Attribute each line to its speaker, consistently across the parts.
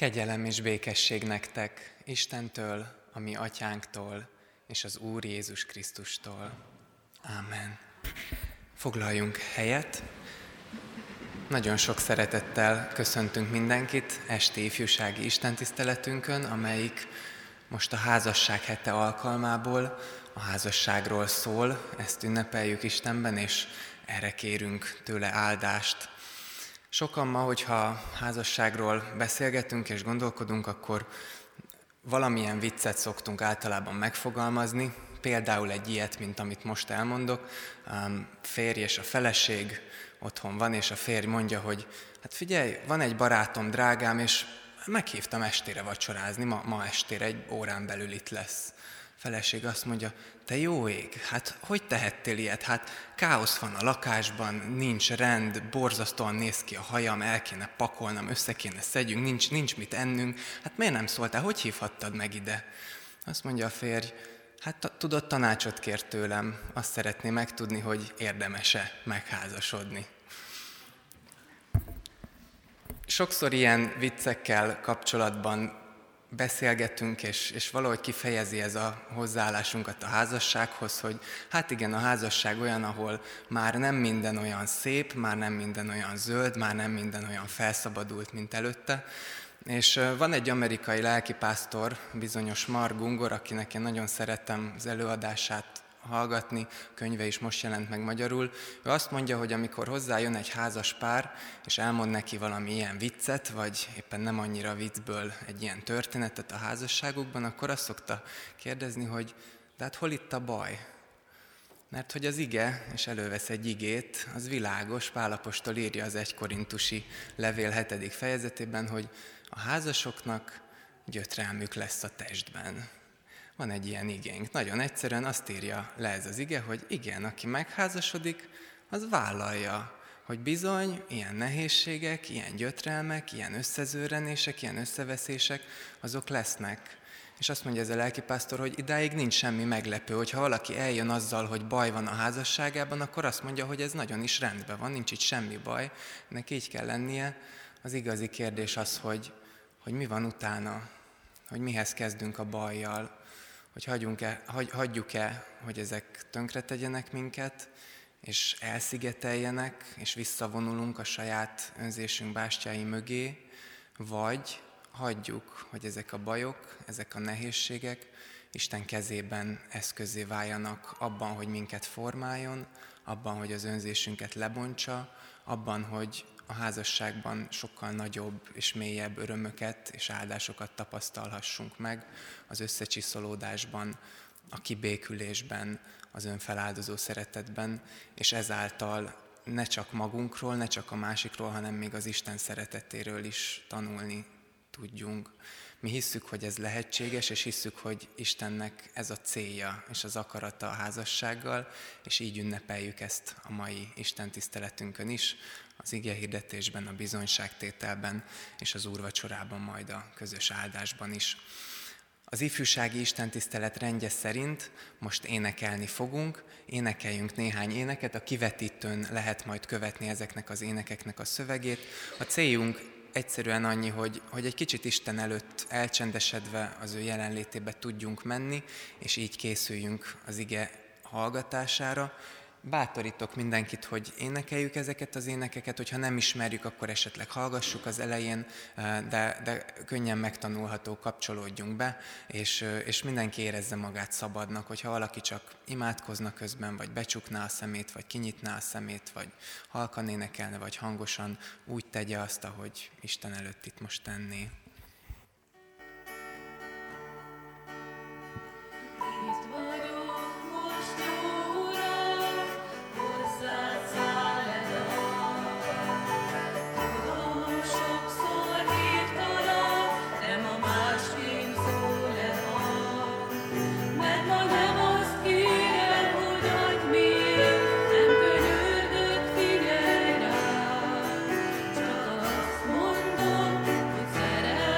Speaker 1: Kegyelem és békesség nektek Istentől, a mi atyánktól, és az Úr Jézus Krisztustól. Ámen. Foglaljunk helyet. Nagyon sok szeretettel köszöntünk mindenkit esti ifjúsági istentiszteletünkön, amelyik most a házasság hete alkalmából a házasságról szól. Ezt ünnepeljük Istenben, és erre kérünk tőle áldást. Sokan ma, hogyha házasságról beszélgetünk és gondolkodunk, akkor valamilyen viccet szoktunk általában megfogalmazni, például egy ilyet, mint amit most elmondok. Férj és a feleség otthon van, és a férj mondja, hogy hát figyelj, van egy barátom, drágám, és meghívtam estére vacsorázni, ma estére egy órán belül itt lesz. A feleség azt mondja, te jó ég, hát hogy tehettél ilyet? Hát káosz van a lakásban, nincs rend, borzasztóan néz ki a hajam, el kéne pakolnom, össze kéne szedjünk, nincs mit ennünk. Hát miért nem szóltál, hogy hívhattad meg ide? Azt mondja a férj, hát tudod, tanácsot kért tőlem, azt szeretné megtudni, hogy érdemes-e megházasodni. Sokszor ilyen viccekkel kapcsolatban beszélgetünk, és valahogy kifejezi ez a hozzáállásunkat a házassághoz, hogy hát igen, a házasság olyan, ahol már nem minden olyan szép, már nem minden olyan zöld, már nem minden olyan felszabadult, mint előtte. És van egy amerikai lelkipásztor, bizonyos Mark Gungor, akinek én nagyon szeretem az előadását hallgatni, könyve is most jelent meg magyarul. Ő azt mondja, hogy amikor hozzájön egy házas pár, és elmond neki valami ilyen viccet, vagy éppen nem annyira viccből egy ilyen történetet a házasságukban, akkor azt szokta kérdezni, hogy de hát hol itt a baj? Mert hogy az ige, és elővesz egy igét, az világos, Pál apostol írja az 1 Korintusi levél 7. fejezetében, hogy a házasoknak gyötrelmük lesz a testben. Van egy ilyen igénk. Nagyon egyszerűen azt írja le ez az ige, hogy igen, aki megházasodik, az vállalja, hogy bizony ilyen nehézségek, ilyen gyötrelmek, ilyen összezőrenések, ilyen összeveszések, azok lesznek. És azt mondja ez a lelkipásztor, hogy idáig nincs semmi meglepő, hogyha valaki eljön azzal, hogy baj van a házasságában, akkor azt mondja, hogy ez nagyon is rendben van, nincs itt semmi baj, neki így kell lennie. Az igazi kérdés az, hogy mi van utána, hogy mihez kezdünk a bajjal, hogy hagyjuk-e, hogy ezek tönkretegyenek minket, és elszigeteljenek, és visszavonulunk a saját önzésünk bástyái mögé, vagy hagyjuk, hogy ezek a bajok, ezek a nehézségek Isten kezében eszközzé váljanak abban, hogy minket formáljon, abban, hogy az önzésünket lebontsa, abban, hogy a házasságban sokkal nagyobb és mélyebb örömöket és áldásokat tapasztalhassunk meg az összecsiszolódásban, a kibékülésben, az önfeláldozó szeretetben, és ezáltal ne csak magunkról, ne csak a másikról, hanem még az Isten szeretetéről is tanulni tudjunk. Mi hisszük, hogy ez lehetséges, és hisszük, hogy Istennek ez a célja és az akarata a házassággal, és így ünnepeljük ezt a mai istentiszteletünkön is, az igehirdetésben, a bizonyságtételben és az úrvacsorában, majd a közös áldásban is. Az ifjúsági istentisztelet rendje szerint most énekelni fogunk, énekeljünk néhány éneket, a kivetítőn lehet majd követni ezeknek az énekeknek a szövegét. A céljunk egyszerűen annyi, hogy egy kicsit Isten előtt elcsendesedve az ő jelenlétébe tudjunk menni, és így készüljünk az ige hallgatására. Bátorítok mindenkit, hogy énekeljük ezeket az énekeket, hogyha nem ismerjük, akkor esetleg hallgassuk az elején, de könnyen megtanulható, kapcsolódjunk be, és mindenki érezze magát szabadnak, hogyha valaki csak imádkozna közben, vagy becsukná a szemét, vagy kinyitná a szemét, vagy halkan énekelne, vagy hangosan, úgy tegye azt, ahogy Isten előtt itt most tenné.
Speaker 2: Mondom, hogy szeretem.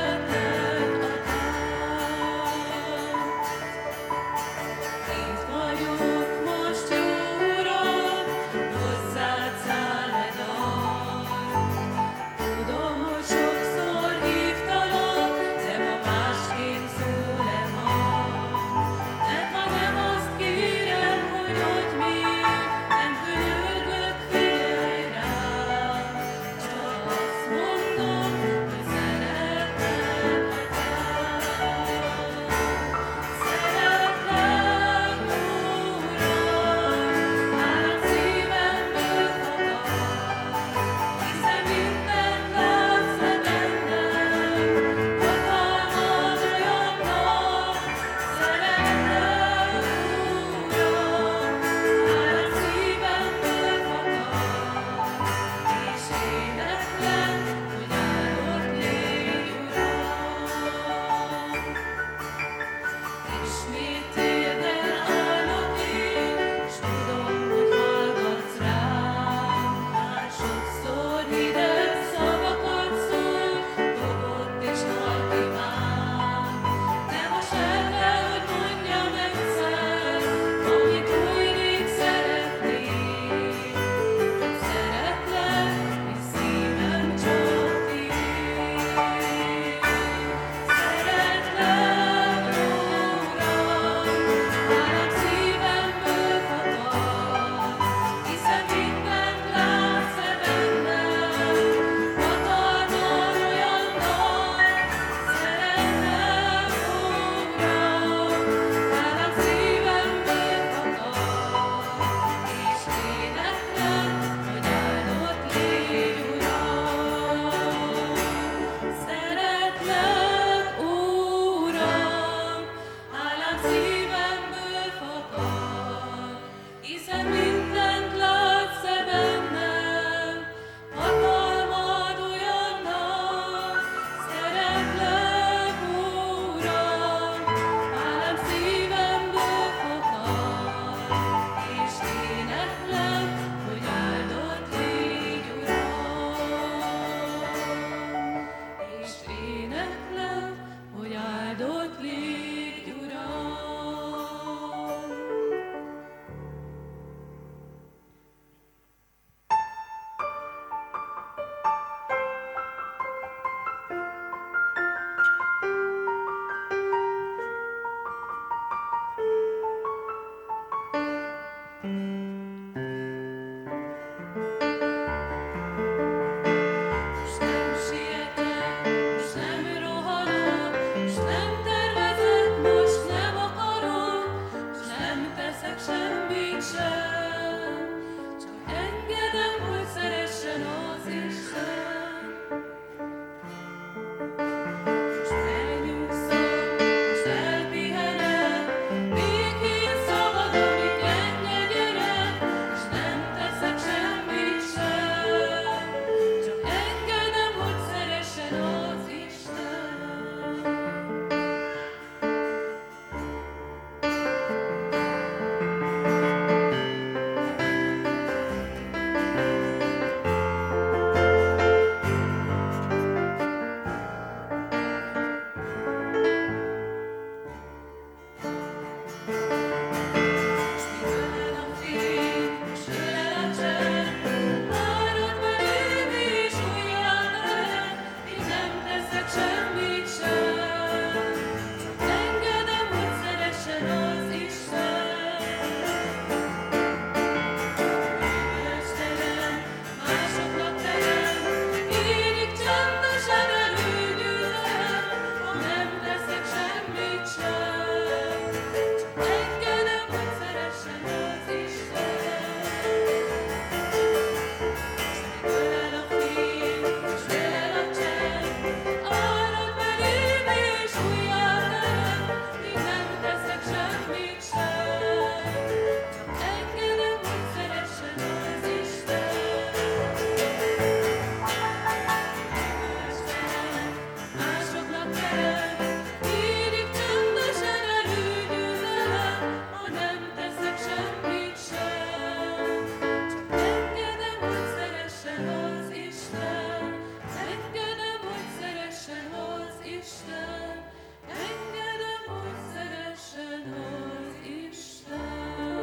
Speaker 2: Isten, engedem, hogy szeressen az Isten.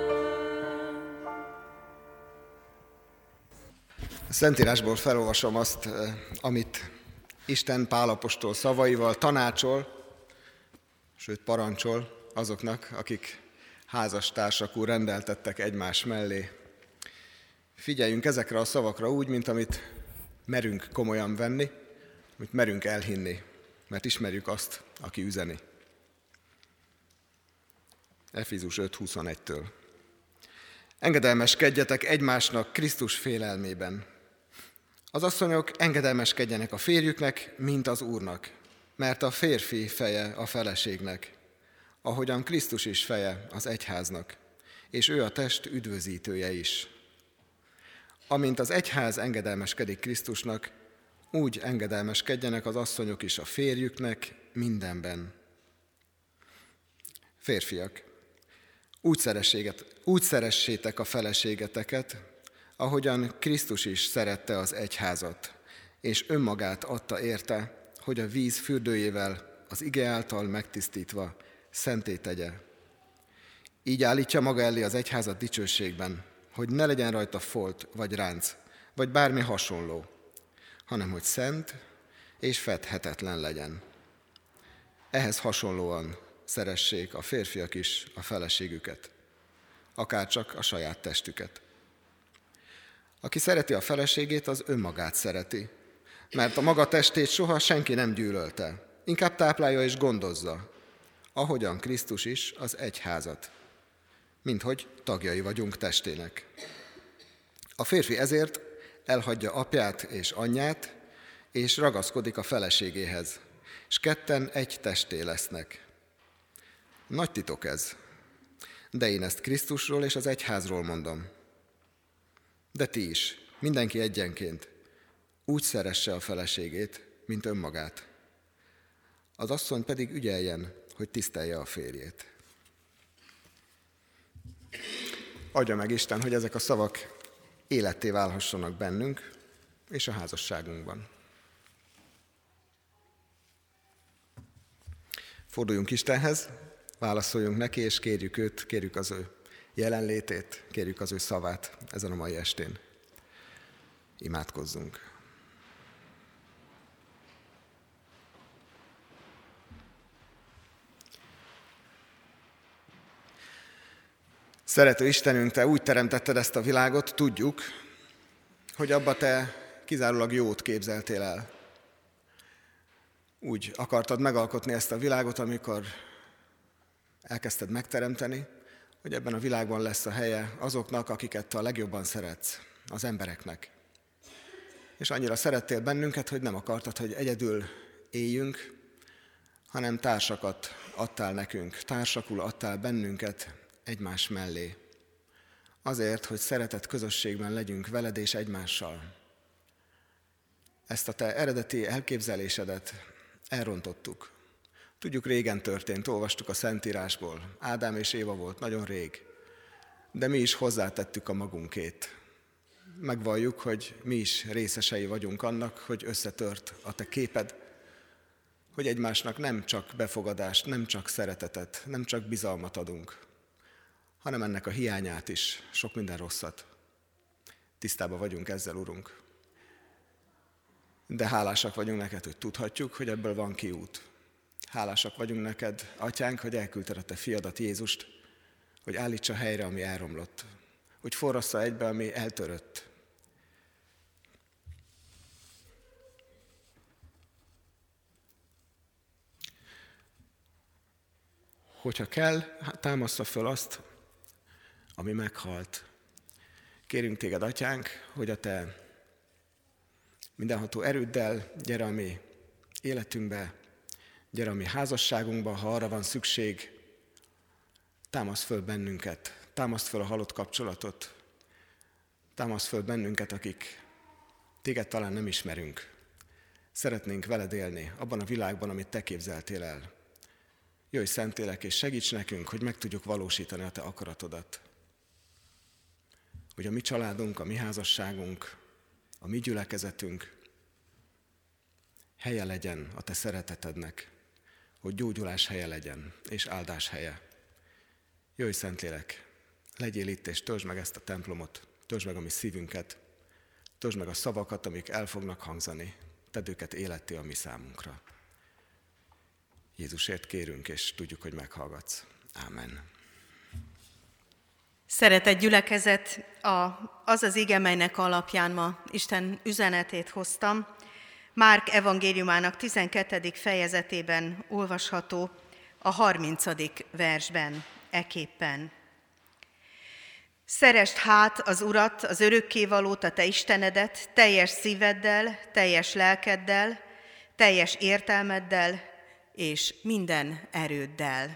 Speaker 3: A Szentírásból felolvasom azt, amit Isten Pál apostol szavaival tanácsol, sőt parancsol azoknak, akik házastársakul rendeltettek egymás mellé. Figyeljünk ezekre a szavakra úgy, mint amit merünk komolyan venni, amit merünk elhinni, mert ismerjük azt, aki üzeni. Efézus 5:21-től. Engedelmeskedjetek egymásnak Krisztus félelmében. Az asszonyok engedelmeskedjenek a férjüknek, mint az Úrnak, mert a férfi feje a feleségnek, ahogyan Krisztus is feje az egyháznak, és ő a test üdvözítője is. Amint az egyház engedelmeskedik Krisztusnak, úgy engedelmeskedjenek az asszonyok is a férjüknek mindenben. Férfiak, úgy szeressétek a feleségeteket, ahogyan Krisztus is szerette az egyházat, és önmagát adta érte, hogy a víz fürdőjével az ige által megtisztítva szenté tegye. Így állítja maga elé az egyházat dicsőségben, hogy ne legyen rajta folt vagy ránc, vagy bármi hasonló, hanem hogy szent és fedhetetlen legyen. Ehhez hasonlóan szeressék a férfiak is a feleségüket, akárcsak a saját testüket. Aki szereti a feleségét, az önmagát szereti, mert a maga testét soha senki nem gyűlölte, inkább táplálja és gondozza, ahogyan Krisztus is az egyházat, minthogy tagjai vagyunk testének. A férfi ezért elhagyja apját és anyját, és ragaszkodik a feleségéhez, és ketten egy testé lesznek. Nagy titok ez, de én ezt Krisztusról és az egyházról mondom. De ti is, mindenki egyenként, úgy szeresse a feleségét, mint önmagát. Az asszony pedig ügyeljen, hogy tisztelje a férjét. Adja meg Isten, hogy ezek a szavak életté válhassanak bennünk és a házasságunkban. Forduljunk Istenhez, válaszoljunk neki, és kérjük őt, kérjük az ő jelenlétét, kérjük az ő szavát ezen a mai estén. Imádkozzunk. Szerető Istenünk, Te úgy teremtetted ezt a világot, tudjuk, hogy abba Te kizárólag jót képzeltél el. Úgy akartad megalkotni ezt a világot, amikor elkezdted megteremteni, hogy ebben a világban lesz a helye azoknak, akiket Te a legjobban szeretsz, az embereknek. És annyira szerettél bennünket, hogy nem akartad, hogy egyedül éljünk, hanem társakat adtál nekünk, társakul adtál bennünket egymás mellé. Azért, hogy szeretett közösségben legyünk veled és egymással. Ezt a Te eredeti elképzelésedet elrontottuk. Tudjuk, régen történt, olvastuk a Szentírásból. Ádám és Éva volt nagyon rég, de mi is hozzátettük a magunkét. Megvalljuk, hogy mi is részesei vagyunk annak, hogy összetört a Te képed, hogy egymásnak nem csak befogadást, nem csak szeretetet, nem csak bizalmat adunk, hanem ennek a hiányát is, sok minden rosszat. Tisztában vagyunk ezzel, Urunk. De hálásak vagyunk neked, hogy tudhatjuk, hogy ebből van kiút. Hálásak vagyunk neked, Atyánk, hogy elküldted a Te fiadat, Jézust, hogy állítsa helyre, ami elromlott, hogy forrassza egybe, ami eltörött. Hogyha kell, támassza föl azt, ami meghalt. Kérünk Téged, Atyánk, hogy a Te mindenható erőddel gyere a mi életünkbe, gyere a mi házasságunkba, ha arra van szükség, támaszd föl bennünket, támaszd föl a halott kapcsolatot, támaszd föl bennünket, akik Téged talán nem ismerünk. Szeretnénk veled élni abban a világban, amit Te képzeltél el. Jöjj, Szentlélek, és segíts nekünk, hogy meg tudjuk valósítani a Te akaratodat. Hogy a mi családunk, a mi házasságunk, a mi gyülekezetünk helye legyen a te szeretetednek, hogy gyógyulás helye legyen, és áldás helye. Jöjj, Szentlélek, legyél itt, és töltsd meg ezt a templomot, töltsd meg a mi szívünket, töltsd meg a szavakat, amik el fognak hangzani, tedd őket életté a mi számunkra. Jézusért kérünk, és tudjuk, hogy meghallgatsz. Ámen.
Speaker 4: Szeretett gyülekezet, az az ige, melynek alapján ma Isten üzenetét hoztam, Márk evangéliumának 12. fejezetében olvasható a 30. versben, eképpen. Szeresd hát az Urat, az örökkévalót, a te Istenedet, teljes szíveddel, teljes lelkeddel, teljes értelmeddel és minden erőddel.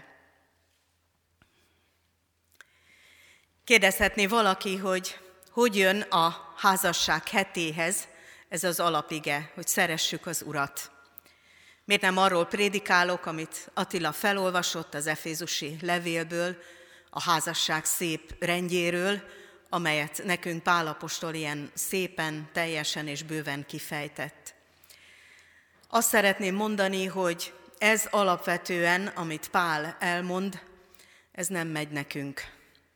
Speaker 4: Kérdezhetné valaki, hogy jön a házasság hetéhez ez az alapige, hogy szeressük az Urat. Miért nem arról prédikálok, amit Attila felolvasott az efézusi levélből, a házasság szép rendjéről, amelyet nekünk Pál apostol ilyen szépen, teljesen és bőven kifejtett. Azt szeretném mondani, hogy ez alapvetően, amit Pál elmond, ez nem megy nekünk.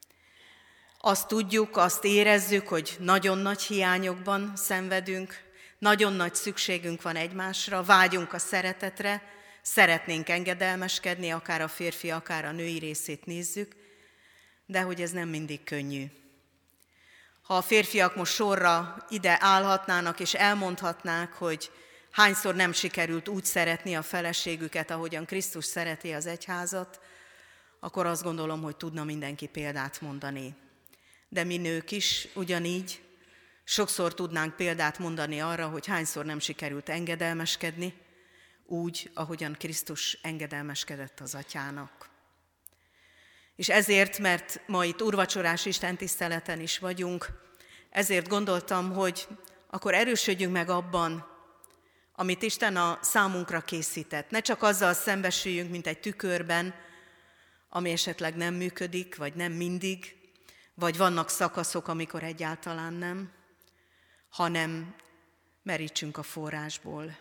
Speaker 4: Azt tudjuk, azt érezzük, hogy nagyon nagy hiányokban szenvedünk, nagyon nagy szükségünk van egymásra, vágyunk a szeretetre, szeretnénk engedelmeskedni, akár a férfi, akár a női részét nézzük, de hogy ez nem mindig könnyű. Ha a férfiak most sorra ide állhatnának és elmondhatnák, hogy hányszor nem sikerült úgy szeretni a feleségüket, ahogyan Krisztus szereti az egyházat, akkor azt gondolom, hogy tudna mindenki példát mondani. De mi nők is ugyanígy sokszor tudnánk példát mondani arra, hogy hányszor nem sikerült engedelmeskedni, úgy, ahogyan Krisztus engedelmeskedett az Atyának. És ezért, mert ma itt úrvacsorás istentiszteleten is vagyunk, ezért gondoltam, hogy akkor erősödjünk meg abban, amit Isten a számunkra készített. Ne csak azzal szembesüljünk, mint egy tükörben, ami esetleg nem működik, vagy nem mindig, vagy vannak szakaszok, amikor egyáltalán nem, hanem merítsünk a forrásból,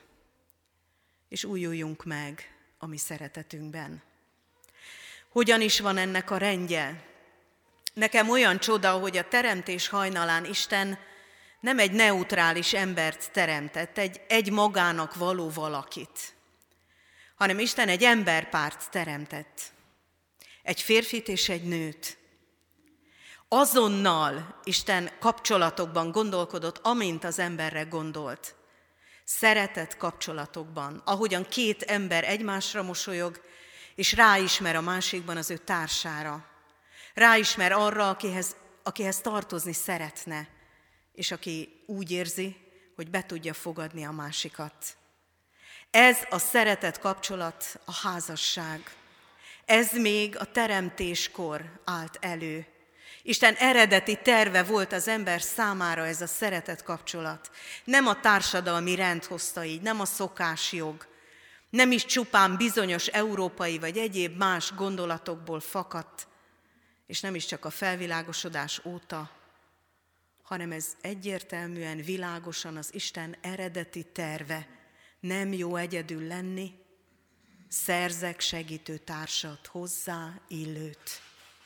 Speaker 4: és újuljunk meg a mi szeretetünkben. Hogyan is van ennek a rendje? Nekem olyan csoda, hogy a teremtés hajnalán Isten nem egy neutrális embert teremtett, egy magának való valakit, hanem Isten egy emberpárt teremtett, egy férfit és egy nőt. Azonnal Isten kapcsolatokban gondolkodott, amint az emberre gondolt. Szeretett kapcsolatokban, ahogyan két ember egymásra mosolyog, és ráismer a másikban az ő társára. Ráismer arra, akihez tartozni szeretne, és aki úgy érzi, hogy be tudja fogadni a másikat. Ez a szeretett kapcsolat, a házasság. Ez még a teremtéskor állt elő. Isten eredeti terve volt az ember számára ez a szeretett kapcsolat. Nem a társadalmi rend hozta így, nem a szokásjog, nem is csupán bizonyos európai vagy egyéb más gondolatokból fakadt, és nem is csak a felvilágosodás óta, hanem ez egyértelműen, világosan az Isten eredeti terve. Nem jó egyedül lenni, szerzek segítő társat, hozzá illőt.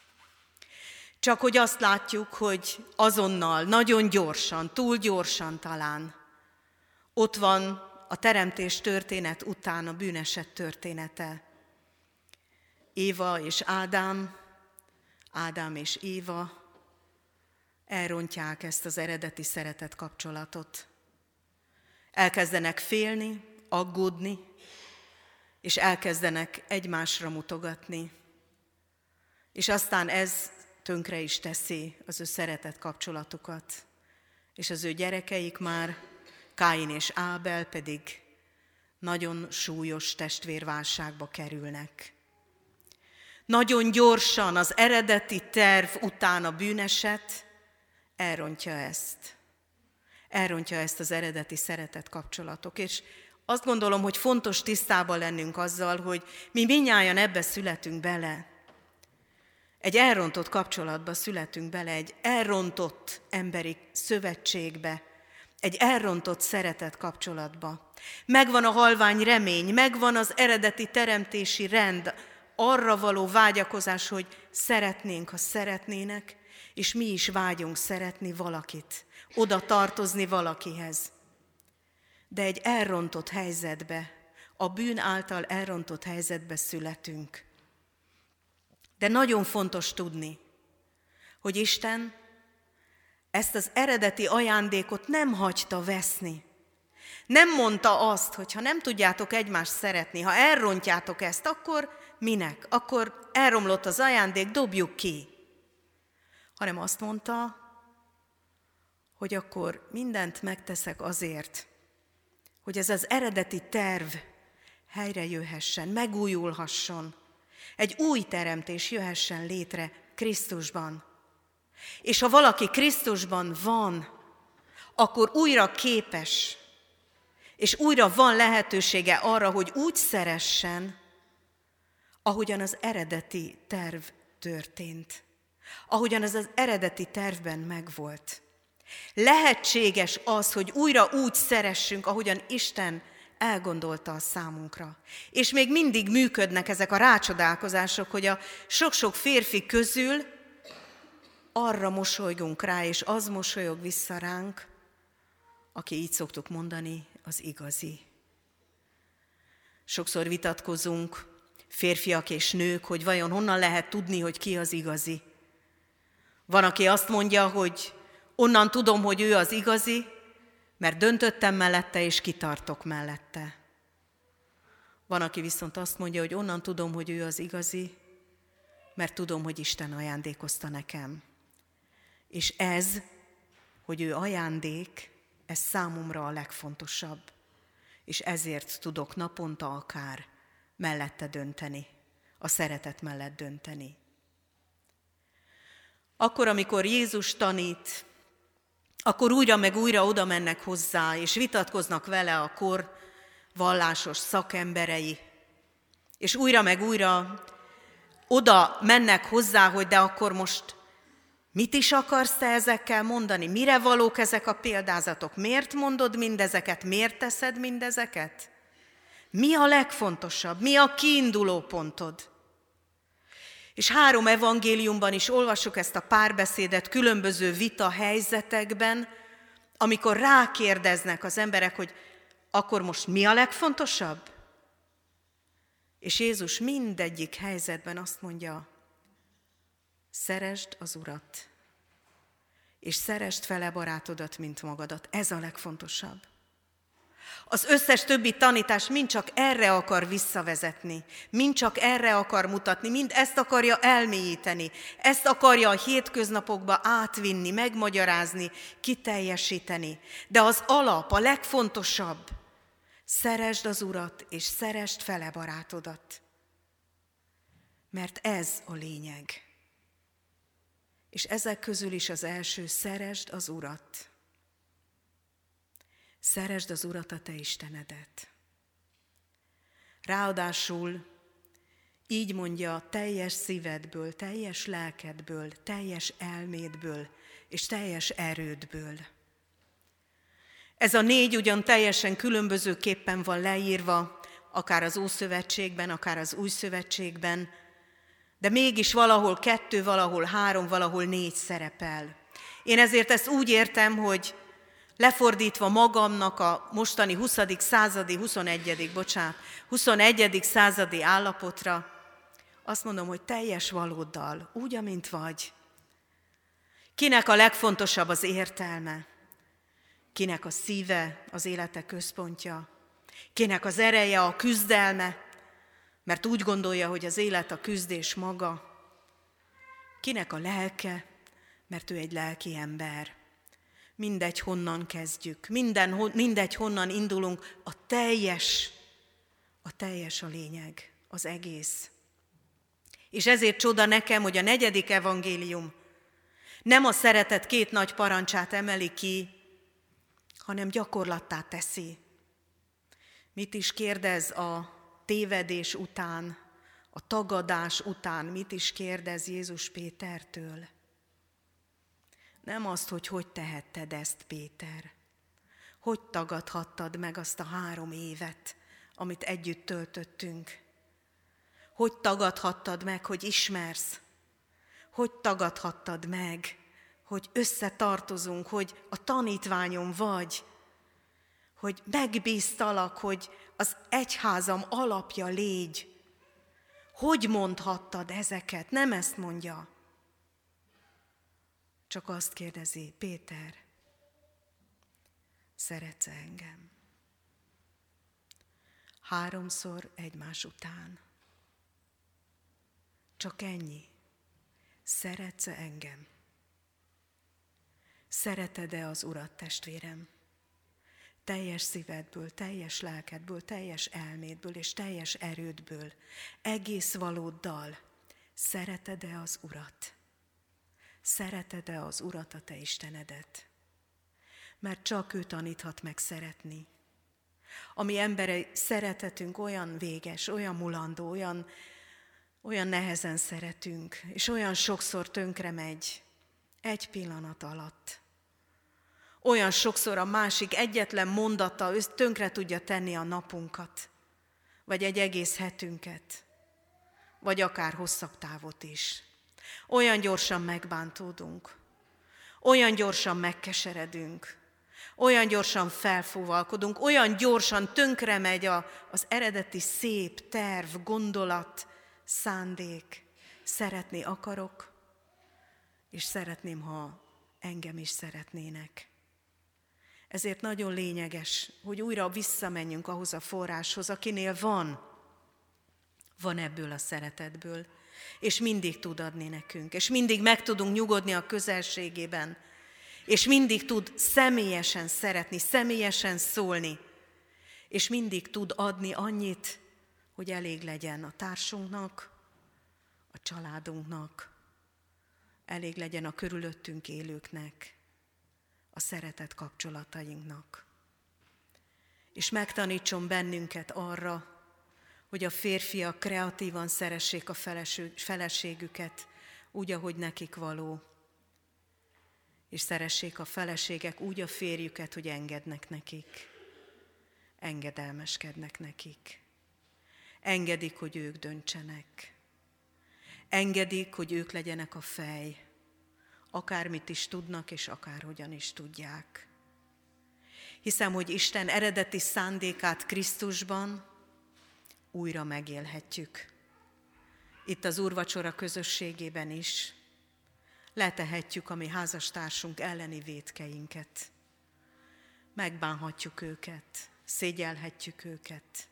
Speaker 4: Csak hogy azt látjuk, hogy azonnal, nagyon gyorsan, túl gyorsan talán, ott van a teremtés történet után a bűneset története. Éva és Ádám, Ádám és Éva elrontják ezt az eredeti szeretet kapcsolatot. Elkezdenek félni, aggódni, és elkezdenek egymásra mutogatni. És aztán ez tönkre is teszi az ő szeretett kapcsolatukat. És az ő gyerekeik már, Káin és Ábel pedig nagyon súlyos testvérválságba kerülnek. Nagyon gyorsan az eredeti terv után a bűneset elrontja ezt. Elrontja ezt az eredeti szeretett kapcsolatok. És azt gondolom, hogy fontos tisztában lennünk azzal, hogy mi mindnyájan ebbe születünk bele. Egy elrontott kapcsolatba születünk bele, egy elrontott emberi szövetségbe, egy elrontott szeretet kapcsolatba. Megvan a halvány remény, megvan az eredeti teremtési rend, arra való vágyakozás, hogy szeretnénk, ha szeretnének, és mi is vágyunk szeretni valakit, oda tartozni valakihez. De egy elrontott helyzetbe, a bűn által elrontott helyzetbe születünk. De nagyon fontos tudni, hogy Isten ezt az eredeti ajándékot nem hagyta veszni. Nem mondta azt, hogy ha nem tudjátok egymást szeretni, ha elrontjátok ezt, akkor minek? Akkor elromlott az ajándék, dobjuk ki. Hanem azt mondta, hogy akkor mindent megteszek azért, hogy ez az eredeti terv helyre jöhessen, megújulhasson, egy új teremtés jöhessen létre Krisztusban. És ha valaki Krisztusban van, akkor újra képes, és újra van lehetősége arra, hogy úgy szeressen, ahogyan az eredeti terv történt. Ahogyan az eredeti tervben megvolt. Lehetséges az, hogy újra úgy szeressünk, ahogyan Isten elgondolta a számunkra. És még mindig működnek ezek a rácsodálkozások, hogy a sok-sok férfi közül arra mosolygunk rá, és az mosolyog vissza ránk, aki így szoktuk mondani, az igazi. Sokszor vitatkozunk, férfiak és nők, hogy vajon honnan lehet tudni, hogy ki az igazi. Van, aki azt mondja, hogy onnan tudom, hogy ő az igazi, mert döntöttem mellette, és kitartok mellette. Van, aki viszont azt mondja, hogy onnan tudom, hogy ő az igazi, mert tudom, hogy Isten ajándékozta nekem. És ez, hogy ő ajándék, ez számomra a legfontosabb. És ezért tudok naponta akár mellette dönteni, a szeretet mellett dönteni. Akkor, amikor Jézus tanít, akkor újra meg újra oda mennek hozzá, és vitatkoznak vele a kor vallásos szakemberei. És újra meg újra oda mennek hozzá, hogy de akkor most mit is akarsz te ezekkel mondani? Mire valók ezek a példázatok? Miért mondod mindezeket? Miért teszed mindezeket? Mi a legfontosabb? Mi a kiinduló pontod? És 3 evangéliumban is olvassuk ezt a párbeszédet különböző vita helyzetekben, amikor rákérdeznek az emberek, hogy akkor most mi a legfontosabb? És Jézus mindegyik helyzetben azt mondja, szeresd az Urat, és szeresd fele barátodat, mint magadat. Ez a legfontosabb. Az összes többi tanítás mind csak erre akar visszavezetni, mind csak erre akar mutatni, mind ezt akarja elmélyíteni, ezt akarja a hétköznapokba átvinni, megmagyarázni, kiteljesíteni. De az alap, a legfontosabb, szeresd az Urat, és szeresd fele barátodat. Mert ez a lényeg. És ezek közül is az első, szeresd az Urat. Szeresd az Urat, a te Istenedet. Ráadásul így mondja teljes szívedből, teljes lelkedből, teljes elmédből és teljes erődből. Ez a 4 ugyan teljesen különbözőképpen van leírva, akár az Ószövetségben, akár az Új Szövetségben, de mégis valahol 2, valahol 3, valahol 4 szerepel. Én ezért ezt úgy értem, hogy lefordítva magamnak a mostani 21. századi állapotra, azt mondom, hogy teljes valóddal, úgy, amint vagy. Kinek a legfontosabb az értelme? Kinek a szíve az élete központja? Kinek az ereje a küzdelme? Mert úgy gondolja, hogy az élet a küzdés maga. Kinek a lelke? Mert ő egy lelki ember. Mindegy, honnan kezdjük, mindegy, honnan indulunk, a teljes a lényeg, az egész. És ezért csoda nekem, hogy a 4. evangélium nem a szeretet 2 nagy parancsát emeli ki, hanem gyakorlattá teszi. Mit is kérdez a tévedés után, a tagadás után, mit is kérdez Jézus Pétertől? Nem azt, hogy tehetted ezt, Péter, Hogy tagadhattad meg azt a 3 évet, amit együtt töltöttünk? Hogy tagadhattad meg, hogy ismersz? Hogy tagadhattad meg, hogy összetartozunk, hogy a tanítványom vagy, hogy megbíztalak, hogy az egyházam alapja légy? Hogy mondhattad ezeket? Nem ezt mondja. Csak azt kérdezi, Péter, szeretsz engem? 3-szor egymás után. Csak ennyi. Szeretsz engem? Szereted-e az Urat, testvérem? Teljes szívedből, teljes lelkedből, teljes elmédből és teljes erődből, egész valóddal szereted-e az Urat? Szereted-e az Urat, a te Istenedet? Mert csak ő taníthat meg szeretni. A mi emberi szeretetünk olyan véges, olyan mulandó, olyan nehezen szeretünk, és olyan sokszor tönkre megy egy pillanat alatt. Olyan sokszor a másik egyetlen mondata tönkre tudja tenni a napunkat, vagy egy egész hetünket, vagy akár hosszabb távot is. Olyan gyorsan megbántódunk, olyan gyorsan megkeseredünk, olyan gyorsan felfúvalkodunk, olyan gyorsan tönkre megy az eredeti szép terv, gondolat, szándék. Szeretni akarok, és szeretném, ha engem is szeretnének. Ezért nagyon lényeges, hogy újra visszamenjünk ahhoz a forráshoz, akinél van ebből a szeretetből, és mindig tud adni nekünk, és mindig meg tudunk nyugodni a közelségében, és mindig tud személyesen szeretni, személyesen szólni, és mindig tud adni annyit, hogy elég legyen a társunknak, a családunknak, elég legyen a körülöttünk élőknek, a szeretet kapcsolatainknak. És megtanítson bennünket arra, hogy a férfiak kreatívan szeressék a feleségüket úgy, ahogy nekik való, és szeressék a feleségek úgy a férjüket, hogy engednek nekik, engedelmeskednek nekik. Engedik, hogy ők döntsenek. Engedik, hogy ők legyenek a fej, akármit is tudnak, és akárhogyan is tudják. Hiszem, hogy Isten eredeti szándékát Krisztusban újra megélhetjük. Itt az úrvacsora közösségében is letehetjük a mi házastársunk elleni vétkeinket. Megbánhatjuk őket, szégyelhetjük őket,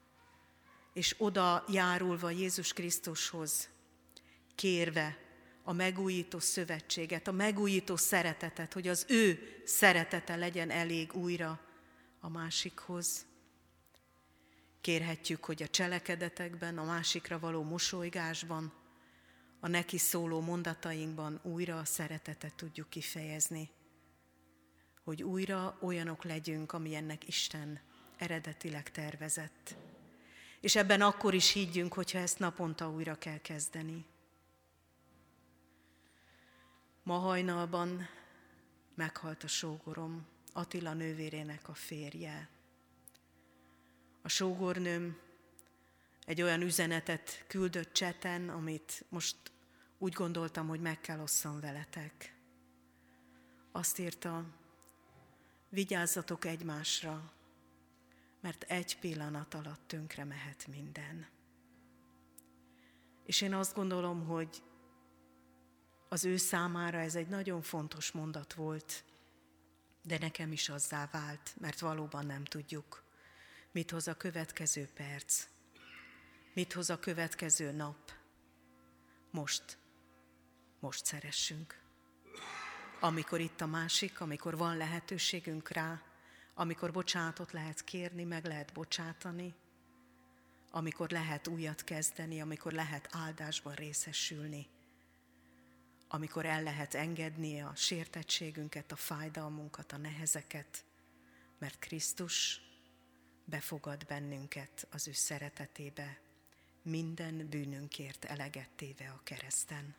Speaker 4: és oda járulva Jézus Krisztushoz, kérve a megújító szövetséget, a megújító szeretetet, hogy az ő szeretete legyen elég újra a másikhoz. Kérhetjük, hogy a cselekedetekben, a másikra való mosolygásban, a neki szóló mondatainkban újra a szeretetet tudjuk kifejezni. Hogy újra olyanok legyünk, amilyennek Isten eredetileg tervezett. És ebben akkor is higgyünk, hogyha ezt naponta újra kell kezdeni. Ma hajnalban meghalt a sógorom, Attila nővérének a férje. A sógornőm egy olyan üzenetet küldött cseten, amit most úgy gondoltam, hogy meg kell osszam veletek. Azt írta, vigyázzatok egymásra, mert egy pillanat alatt tönkre mehet minden. És én azt gondolom, hogy az ő számára ez egy nagyon fontos mondat volt, de nekem is azzá vált, mert valóban nem tudjuk, mit hoz a következő perc, mit hoz a következő nap. Most szeressünk. Amikor itt a másik, amikor van lehetőségünk rá, amikor bocsánatot lehet kérni, meg lehet bocsátani, amikor lehet újat kezdeni, amikor lehet áldásban részesülni, amikor el lehet engedni a sértettségünket, a fájdalmunkat, a nehezeket, mert Krisztus befogad bennünket az ő szeretetébe, minden bűnünkért eleget téve a kereszten.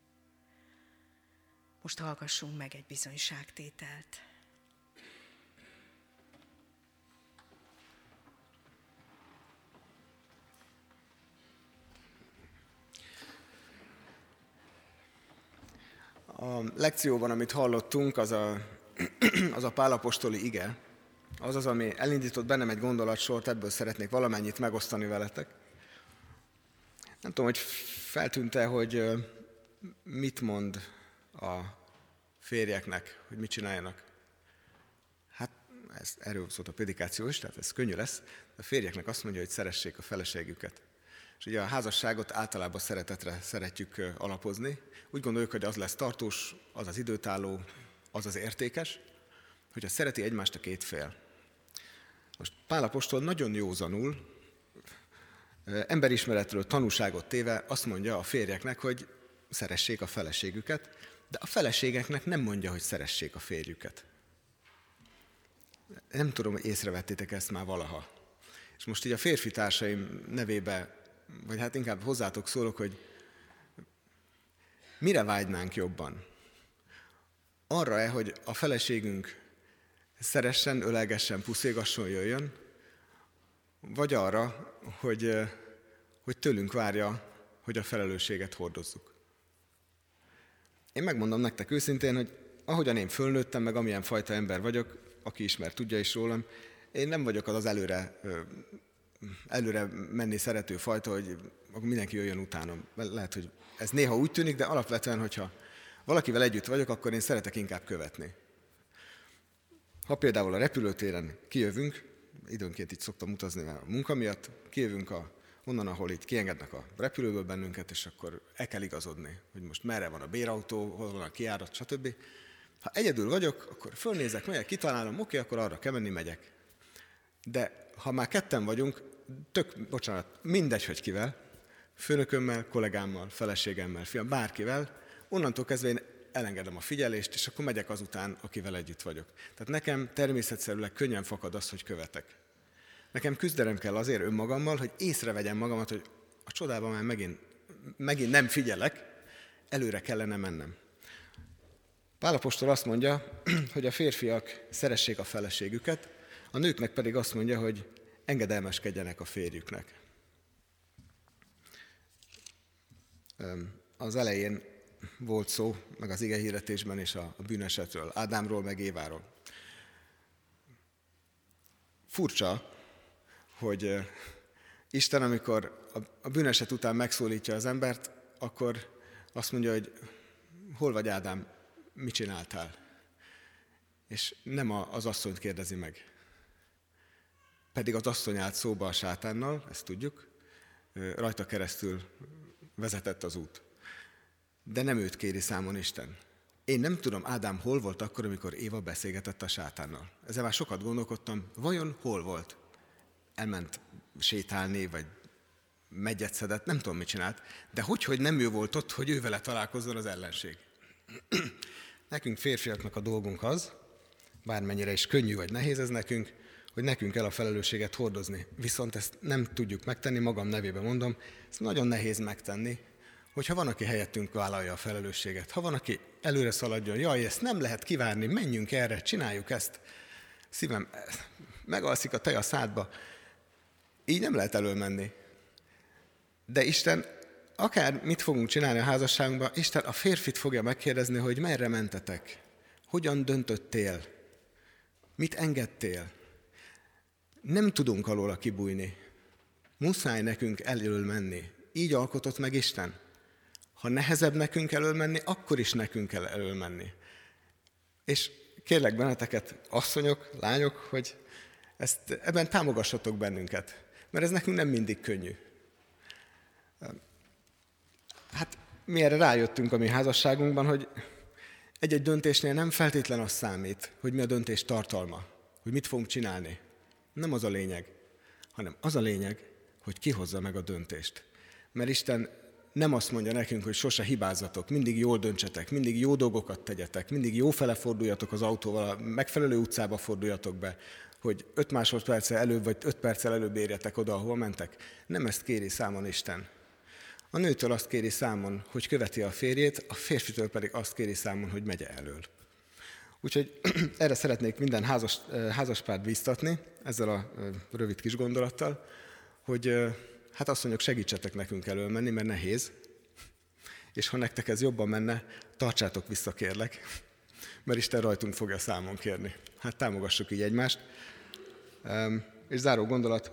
Speaker 4: Most hallgassunk meg egy bizonyságtételt.
Speaker 3: A lekcióban, amit hallottunk, az a Pál apostoli ige, az, ami elindított bennem egy gondolatsort, ebből szeretnék valamennyit megosztani veletek. Nem tudom, hogy feltűnt-e, hogy mit mond a férjeknek, hogy mit csináljanak. Hát erről szólt a prédikáció is, tehát ez könnyű lesz. A férjeknek azt mondja, hogy szeressék a feleségüket. És ugye a házasságot általában szeretetre szeretjük alapozni. Úgy gondoljuk, hogy az lesz tartós, az az időtálló, az az értékes, hogyha szereti egymást a két fél. Most Pál apostol nagyon józanul, emberismeretről tanúságot téve azt mondja a férjeknek, hogy szeressék a feleségüket, de a feleségeknek nem mondja, hogy szeressék a férjüket. Nem tudom, hogy észrevettétek ezt már valaha. És most így a férfi társaim nevébe, vagy hát inkább hozzátok szólok, hogy mire vágynánk jobban? Arra-e, hogy a feleségünk szeressen, ölelgessen, puszilgasson, jöjjön, vagy arra, hogy tőlünk várja, hogy a felelősséget hordozzuk. Én megmondom nektek őszintén, hogy ahogyan én fölnőttem, meg amilyen fajta ember vagyok, aki ismer, tudja is rólam, én nem vagyok az előre menni szerető fajta, hogy mindenki jöjjön utánam. Lehet, hogy ez néha úgy tűnik, de alapvetően, hogyha valakivel együtt vagyok, akkor én szeretek inkább követni. Ha például a repülőtéren kijövünk, időnként így szoktam utazni a munka miatt, kijövünk onnan, ahol itt kiengednek a repülőből bennünket, és akkor el kell igazodni, hogy most merre van a bérautó, hol van a kijárat, stb. Ha egyedül vagyok, akkor fölnézek, megyek, kitalálom, oké, akkor arra kell menni, megyek. De ha már ketten vagyunk, mindegy, hogy kivel, főnökömmel, kollégámmal, feleségemmel, fiam, bárkivel, onnantól kezdve én elengedem a figyelést, és akkor megyek azután, akivel együtt vagyok. Tehát nekem természetszerűleg könnyen fakad az, hogy követek. Nekem küzdenem kell azért önmagammal, hogy észrevegyem magamat, hogy a csodában már megint nem figyelek, előre kellene mennem. Pál apostol azt mondja, hogy a férfiak szeressék a feleségüket, a nőknek pedig azt mondja, hogy engedelmeskedjenek a férjüknek. Az elején volt szó, meg az igehirdetésben is a bűnesetről, Ádámról, meg Éváról. Furcsa, hogy Isten, amikor a bűneset után megszólítja az embert, akkor azt mondja, hogy hol vagy Ádám, mit csináltál? És nem az asszonyt kérdezi meg. Pedig az asszony állt szóba a sátánnal, ezt tudjuk, rajta keresztül vezetett az út. De nem őt kéri számon Isten. Én nem tudom, Ádám hol volt akkor, amikor Éva beszélgetett a sátánnal. Ezzel már sokat gondolkodtam, vajon hol volt? Elment sétálni, vagy megyet szedett, nem tudom, mit csinált, de hogy nem ő volt ott, hogy ő vele találkozzon az ellenség. Nekünk férfiaknak a dolgunk az, bármennyire is könnyű vagy nehéz ez nekünk, hogy nekünk kell a felelősséget hordozni. Viszont ezt nem tudjuk megtenni, magam nevében mondom, ezt nagyon nehéz megtenni, hogyha van, aki helyettünk vállalja a felelősséget. Ha van, aki előre szaladjon, jaj, ezt nem lehet kivárni, menjünk erre, csináljuk ezt. Szívem, megalszik a tej a szádba. Így nem lehet elölmenni. De Isten, akár mit fogunk csinálni a házasságunkban, Isten a férfit fogja megkérdezni, hogy merre mentetek, hogyan döntöttél, mit engedtél. Nem tudunk alóla kibújni. Muszáj nekünk elől menni. Így alkotott meg Isten. Ha nehezebb nekünk elől menni, akkor is nekünk kell elől menni. És kérlek benneteket, asszonyok, lányok, hogy ebben támogassatok bennünket. Mert ez nekünk nem mindig könnyű. Hát mi erre rájöttünk a mi házasságunkban, hogy egy-egy döntésnél nem feltétlen az számít, hogy mi a döntés tartalma, hogy mit fogunk csinálni. Nem az a lényeg, hanem az a lényeg, hogy ki hozza meg a döntést. Mert Isten nem azt mondja nekünk, hogy sose hibázzatok, mindig jól döntsetek, mindig jó dolgokat tegyetek, mindig jó fele forduljatok az autóval, a megfelelő utcába forduljatok be, hogy 5 másodperccel előbb vagy 5 perccel előbb érjetek oda, ahol mentek. Nem ezt kéri számon Isten. A nőtől azt kéri számon, hogy követi a férjét, a férfitől pedig azt kéri számon, hogy megye elől. Úgyhogy erre szeretnék minden házaspárt bíztatni, ezzel a rövid kis gondolattal, hogy hát asszonyok, segítsetek nekünk elől menni, mert nehéz. és ha nektek ez jobban menne, tartsátok vissza, kérlek, mert Isten rajtunk fogja számon kérni. Hát támogassuk így egymást. És záró gondolat,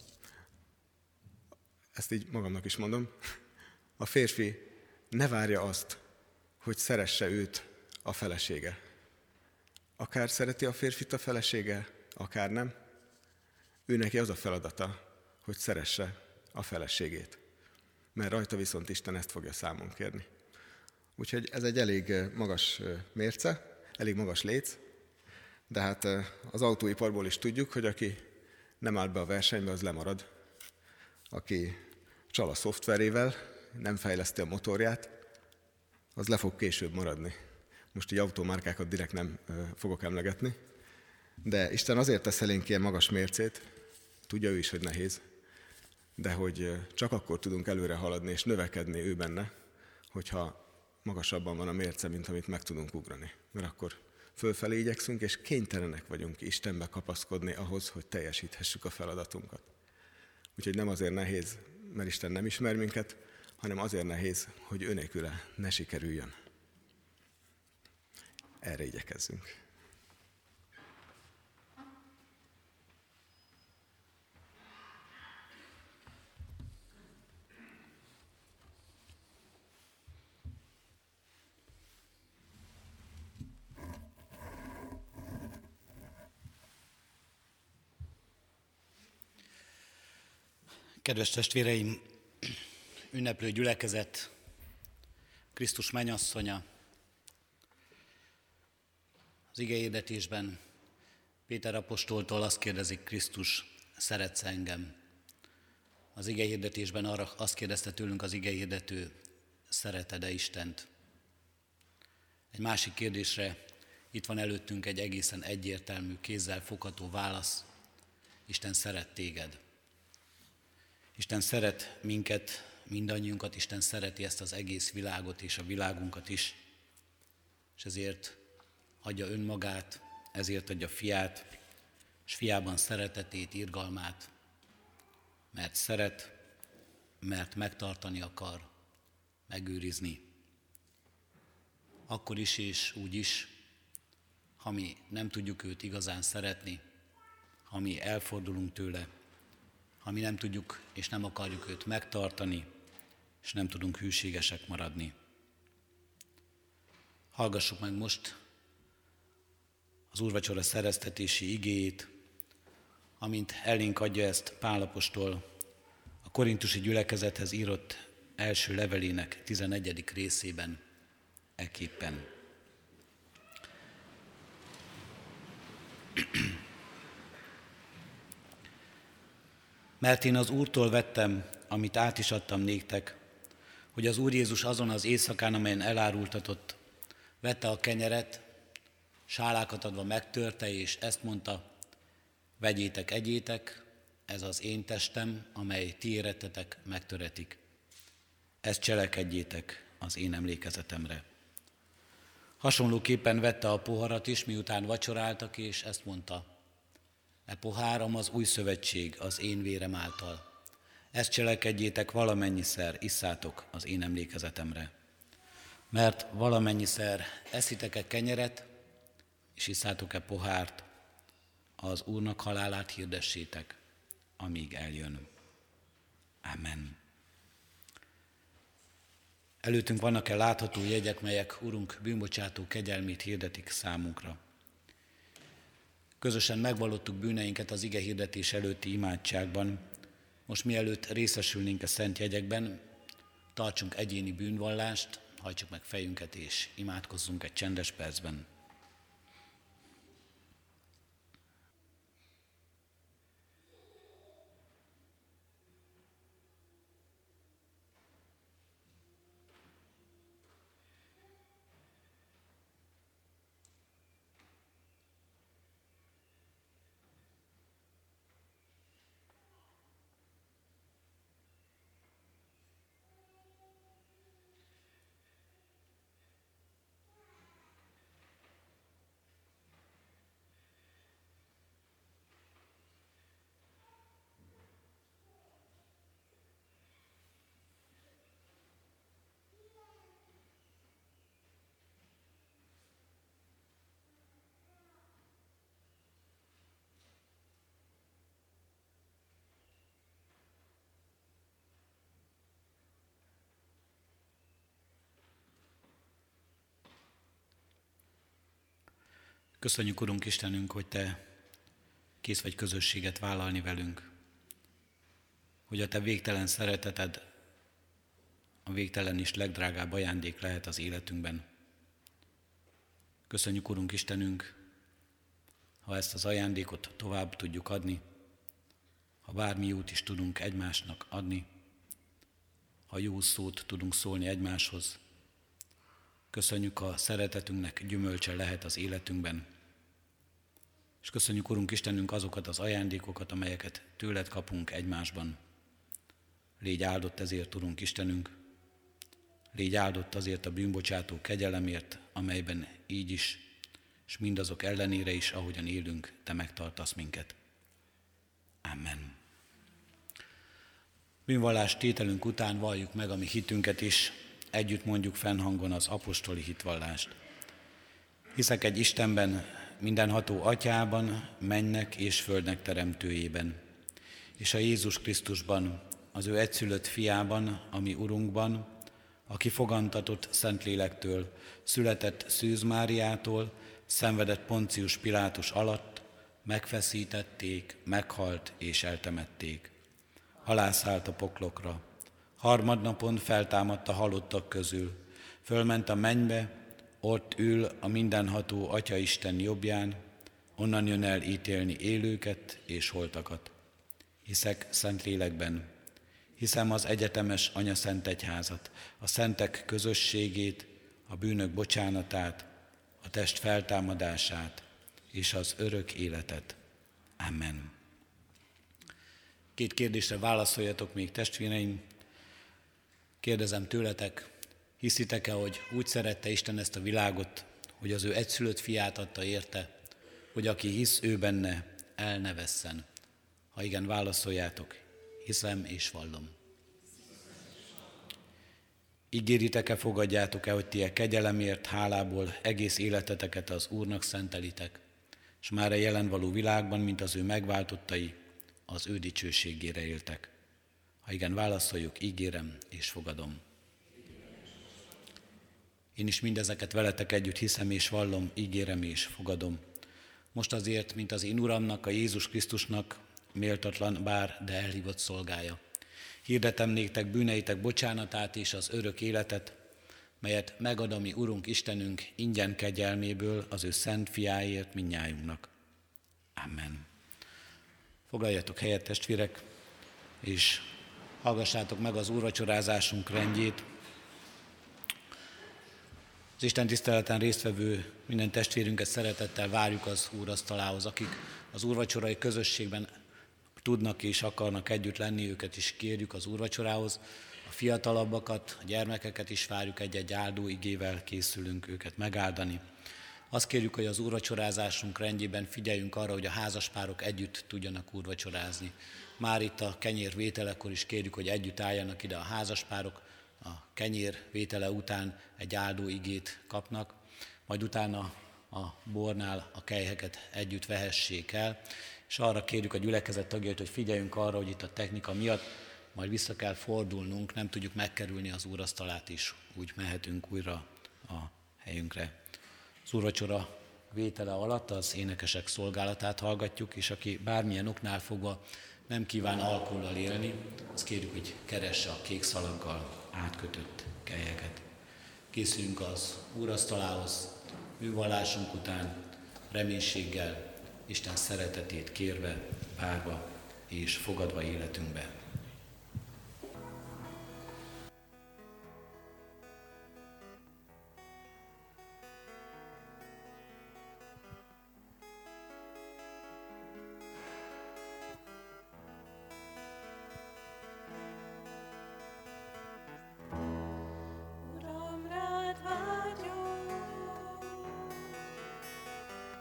Speaker 3: ezt így magamnak is mondom, a férfi ne várja azt, hogy szeresse őt a felesége. Akár szereti a férfit a felesége, akár nem, ő neki az a feladata, hogy szeresse a feleségét. Mert rajta viszont Isten ezt fogja számon kérni. Úgyhogy ez egy elég magas mérce, elég magas léc, de hát az autóiparból is tudjuk, hogy aki nem áll be a versenybe, az lemarad. Aki csal a szoftverével, nem fejleszti a motorját, az le fog később maradni. Most így automárkákat direkt nem fogok emlegetni, de Isten azért tesz elénk ilyen magas mércét, tudja ő is, hogy nehéz, de hogy csak akkor tudunk előre haladni és növekedni ő benne, hogyha magasabban van a mérce, mint amit meg tudunk ugrani. Mert akkor fölfelé igyekszünk, és kénytelenek vagyunk Istenbe kapaszkodni ahhoz, hogy teljesíthessük a feladatunkat. Úgyhogy nem azért nehéz, mert Isten nem ismer minket, hanem azért nehéz, hogy ő nélküle ne sikerüljön. Erre igyekezzünk.
Speaker 5: Kedves testvéreim, ünneplő gyülekezet, Krisztus mennyasszonya. Az igehirdetésben Péter apostoltól azt kérdezik Krisztus, szeretsz engem? Az igehirdetésben arra azt kérdezte tőlünk az igehirdető, szereted-e Istent? Egy másik kérdésre itt van előttünk egy egészen egyértelmű, kézzel fogható válasz. Isten szeret téged. Isten szeret minket, mindannyiunkat, Isten szereti ezt az egész világot és a világunkat is, és ezért adja önmagát, ezért adja fiát, és fiában szeretetét, irgalmát, mert szeret, mert megtartani akar, megőrizni. Akkor is és úgy is, ha mi nem tudjuk őt igazán szeretni, ha mi elfordulunk tőle, ha mi nem tudjuk és nem akarjuk őt megtartani, és nem tudunk hűségesek maradni. Hallgassuk meg most az úrvacsora szereztetési igéjét, amint elénk adja ezt Pál apostol a korintusi gyülekezethez írott első levelének 11. részében ekképpen. Mert én az Úrtól vettem, amit át is adtam néktek, hogy az Úr Jézus azon az éjszakán, amelyen elárultatott, vette a kenyeret, sálákat adva megtörte, és ezt mondta, vegyétek, egyétek, ez az én testem, amely ti érettetek, megtöretik. Ezt cselekedjétek az én emlékezetemre. Hasonlóképpen vette a poharat is, miután vacsoráltak, és ezt mondta, e poháram az új szövetség az én vérem által. Ezt cselekedjétek valamennyiszer, isszátok az én emlékezetemre. Mert valamennyiszer eszitek-e kenyeret, és isszátok-e pohárt, az Úrnak halálát hirdessétek, amíg eljön. Amen. Előttünk vannak-e látható jegyek, melyek Urunk bűnbocsátó kegyelmét hirdetik számunkra. Közösen megvallottuk bűneinket az igehirdetés előtti imádságban. Most mielőtt részesülnénk a szent jegyekben, tartsunk egyéni bűnvallást, hajtsuk meg fejünket és imádkozzunk egy csendes percben. Köszönjük, Urunk Istenünk, hogy Te kész vagy közösséget vállalni velünk, hogy a Te végtelen szereteted a végtelen is legdrágább ajándék lehet az életünkben. Köszönjük, Urunk Istenünk, ha ezt az ajándékot tovább tudjuk adni, ha bármi jót is tudunk egymásnak adni, ha jó szót tudunk szólni egymáshoz. Köszönjük, a szeretetünknek gyümölcse lehet az életünkben. És köszönjük, Urunk Istenünk, azokat az ajándékokat, amelyeket tőled kapunk egymásban. Légy áldott ezért, Urunk Istenünk, légy áldott azért a bűnbocsátó kegyelemért, amelyben így is, és mindazok ellenére is, ahogyan élünk, Te megtartasz minket. Amen. Bűnvallás tételünk után valljuk meg a mi hitünket is, együtt mondjuk fennhangon az apostoli hitvallást. Hiszek egy Istenben, mindenható Atyában, mennek és földnek teremtőjében, és a Jézus Krisztusban, az ő egyszülött fiában, a mi Urunkban, aki fogantatott Szentlélektől, született Szűz Máriától, szenvedett Poncius Pilátus alatt, megfeszítették, meghalt és eltemették. Halászállt a poklokra. Harmadnapon feltámadt a halottak közül. Fölment a mennybe, ott ül a mindenható Atyaisten jobbján, onnan jön el ítélni élőket és holtakat. Hiszek Szentlélekben. Hiszem az egyetemes Anyaszent Egyházat, a szentek közösségét, a bűnök bocsánatát, a test feltámadását és az örök életet. Amen. 2 kérdésre válaszoljatok még, testvéreim. Kérdezem tőletek, hiszitek-e, hogy úgy szerette Isten ezt a világot, hogy az ő egyszülött fiát adta érte, hogy aki hisz ő benne, el ne vesszen? Ha igen, válaszoljátok, hiszem és vallom. Ígéritek-e, fogadjátok-e, hogy ti a kegyelemért, hálából egész életeteket az Úrnak szentelitek, és már a jelen való világban, mint az ő megváltottai, az ő dicsőségére éltek? Ha igen, válaszoljuk, ígérem és fogadom. Én is mindezeket veletek együtt hiszem és vallom, ígérem és fogadom. Most azért, mint az én Uramnak, a Jézus Krisztusnak méltatlan, bár de elhívott szolgája. Hirdetem néktek bűneitek bocsánatát és az örök életet, melyet megad a mi Urunk Istenünk ingyen kegyelméből az ő szent fiáért mindnyájunknak. Amen. Foglaljatok helyet, testvérek, és hallgassátok meg az úrvacsorázásunk rendjét. Az Isten tiszteleten résztvevő minden testvérünket szeretettel várjuk az úrasztalához, akik az úrvacsorai közösségben tudnak és akarnak együtt lenni, őket is kérjük az úrvacsorához. A fiatalabbakat, a gyermekeket is várjuk, egy-egy áldó igével készülünk őket megáldani. Azt kérjük, hogy az úrvacsorázásunk rendjében figyeljünk arra, hogy a házaspárok együtt tudjanak úrvacsorázni. Már itt a kenyér vételekor is kérjük, hogy együtt álljanak ide a házaspárok, a kenyér vétele után egy áldó igét kapnak, majd utána a bornál a kelyheket együtt vehessék el, és arra kérjük a gyülekezet tagjait, hogy figyeljünk arra, hogy itt a technika miatt majd vissza kell fordulnunk, nem tudjuk megkerülni az úrasztalát is, úgy mehetünk újra a helyünkre. Az úrvacsora vétele alatt az énekesek szolgálatát hallgatjuk, és aki bármilyen oknál fogva nem kíván alkohollal élni, azt kérjük, hogy keresse a kék szalaggal átkötött kelyheket. Készüljünk az úrasztalához, művallásunk után reménységgel, Isten szeretetét kérve, várva és fogadva életünkbe.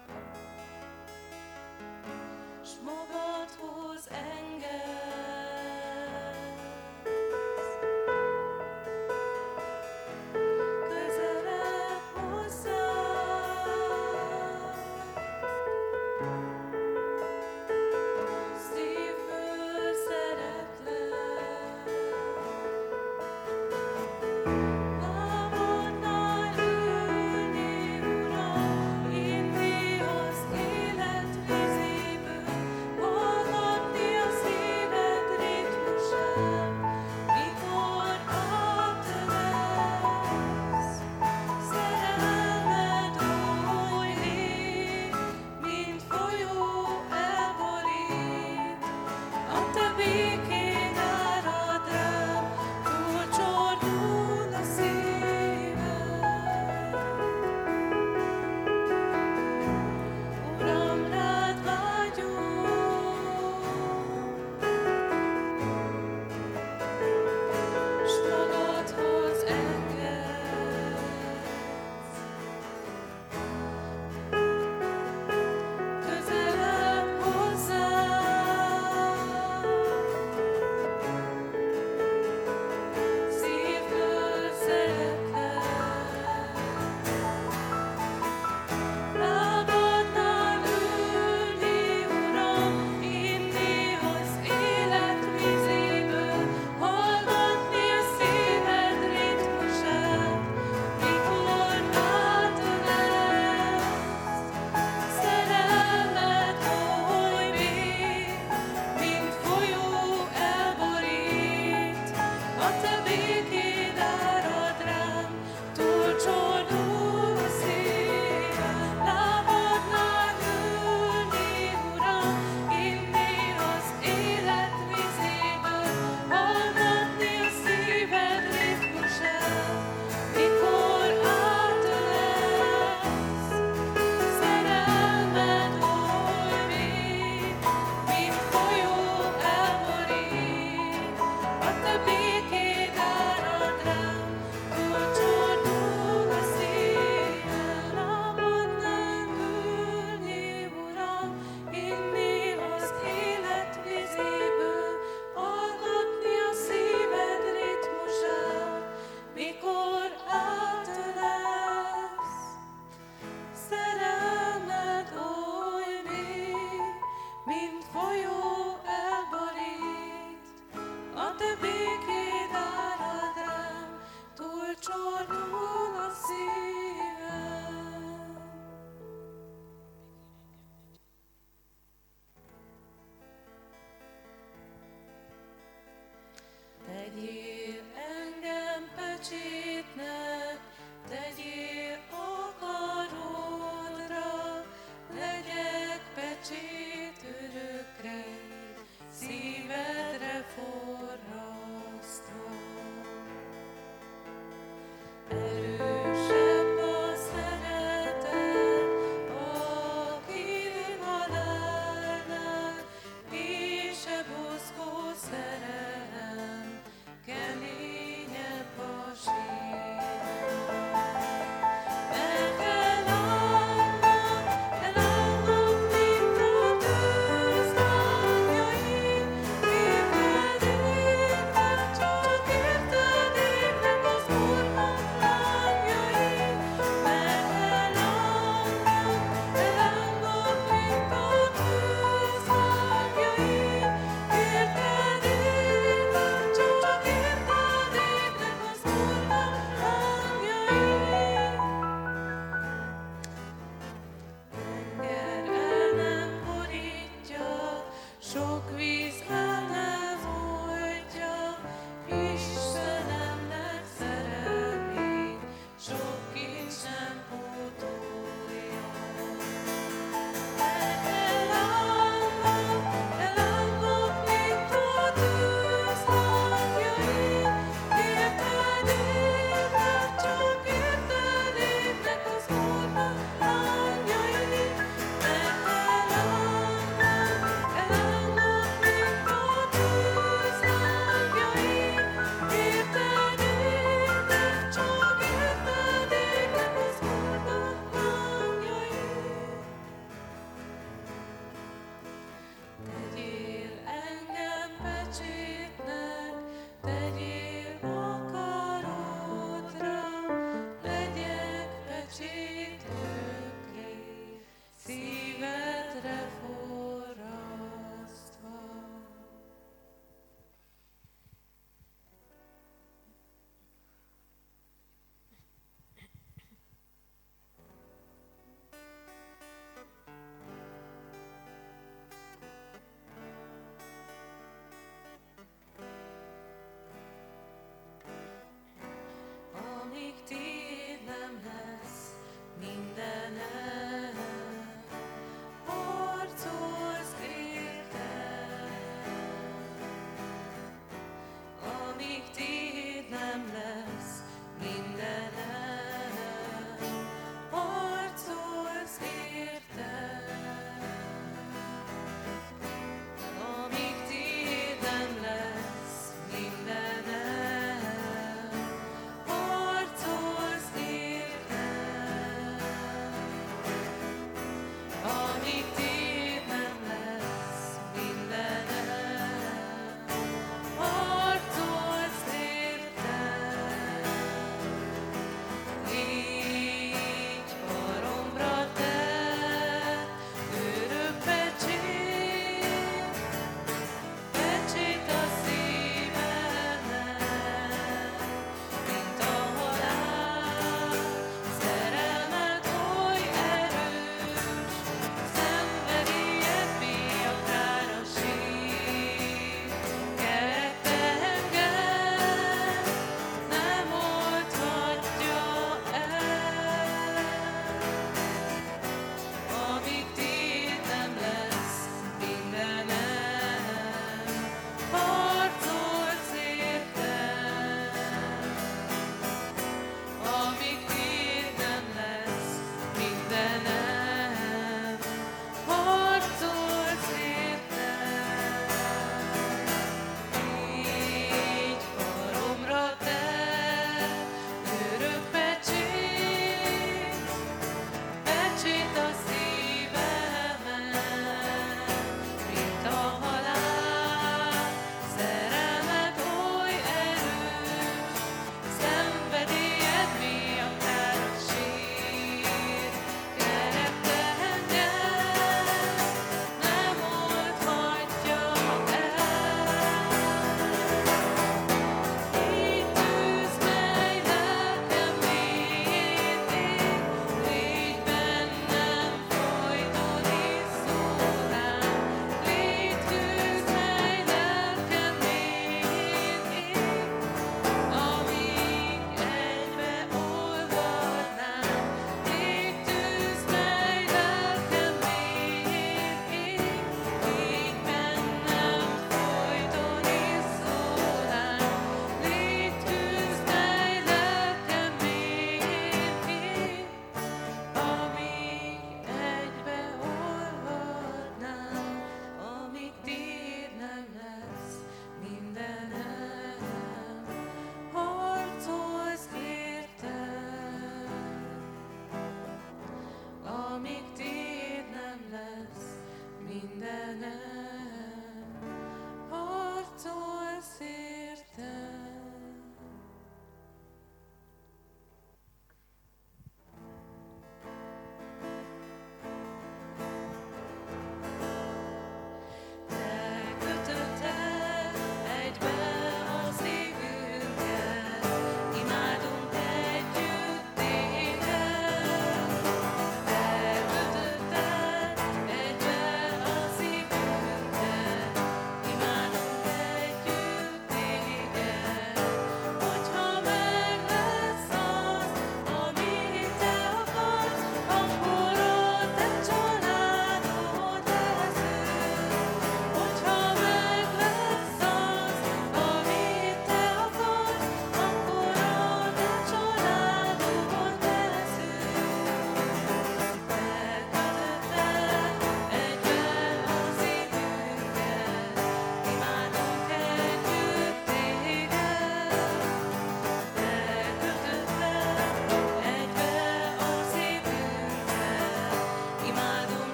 Speaker 2: Magadhoz engedlek.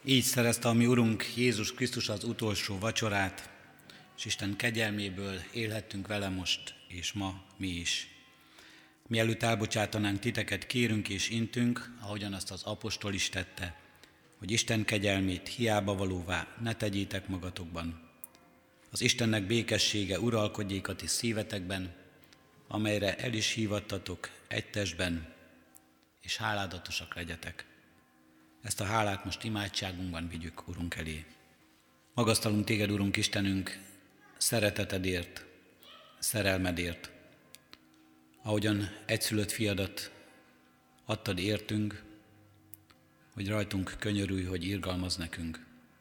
Speaker 5: Így szerezte a mi Urunk Jézus Krisztus az utolsó vacsorát, és Isten kegyelméből élhettünk vele most és ma mi is. Mielőtt elbocsátanánk titeket, kérünk és intünk, ahogyan azt az apostol is tette, hogy Isten kegyelmét hiába valóvá ne tegyétek magatokban. Az Istennek békessége uralkodjék a ti szívetekben, amelyre el is hívattatok egy testben, és háládatosak legyetek. Ezt a hálát most imádságunkban vigyük Urunk elé. Magasztalunk téged, Urunk Istenünk, szeretetedért, szerelmedért. Ahogyan egyszülött fiadat adtad értünk, hogy rajtunk könyörülj, hogy irgalmaz nekünk.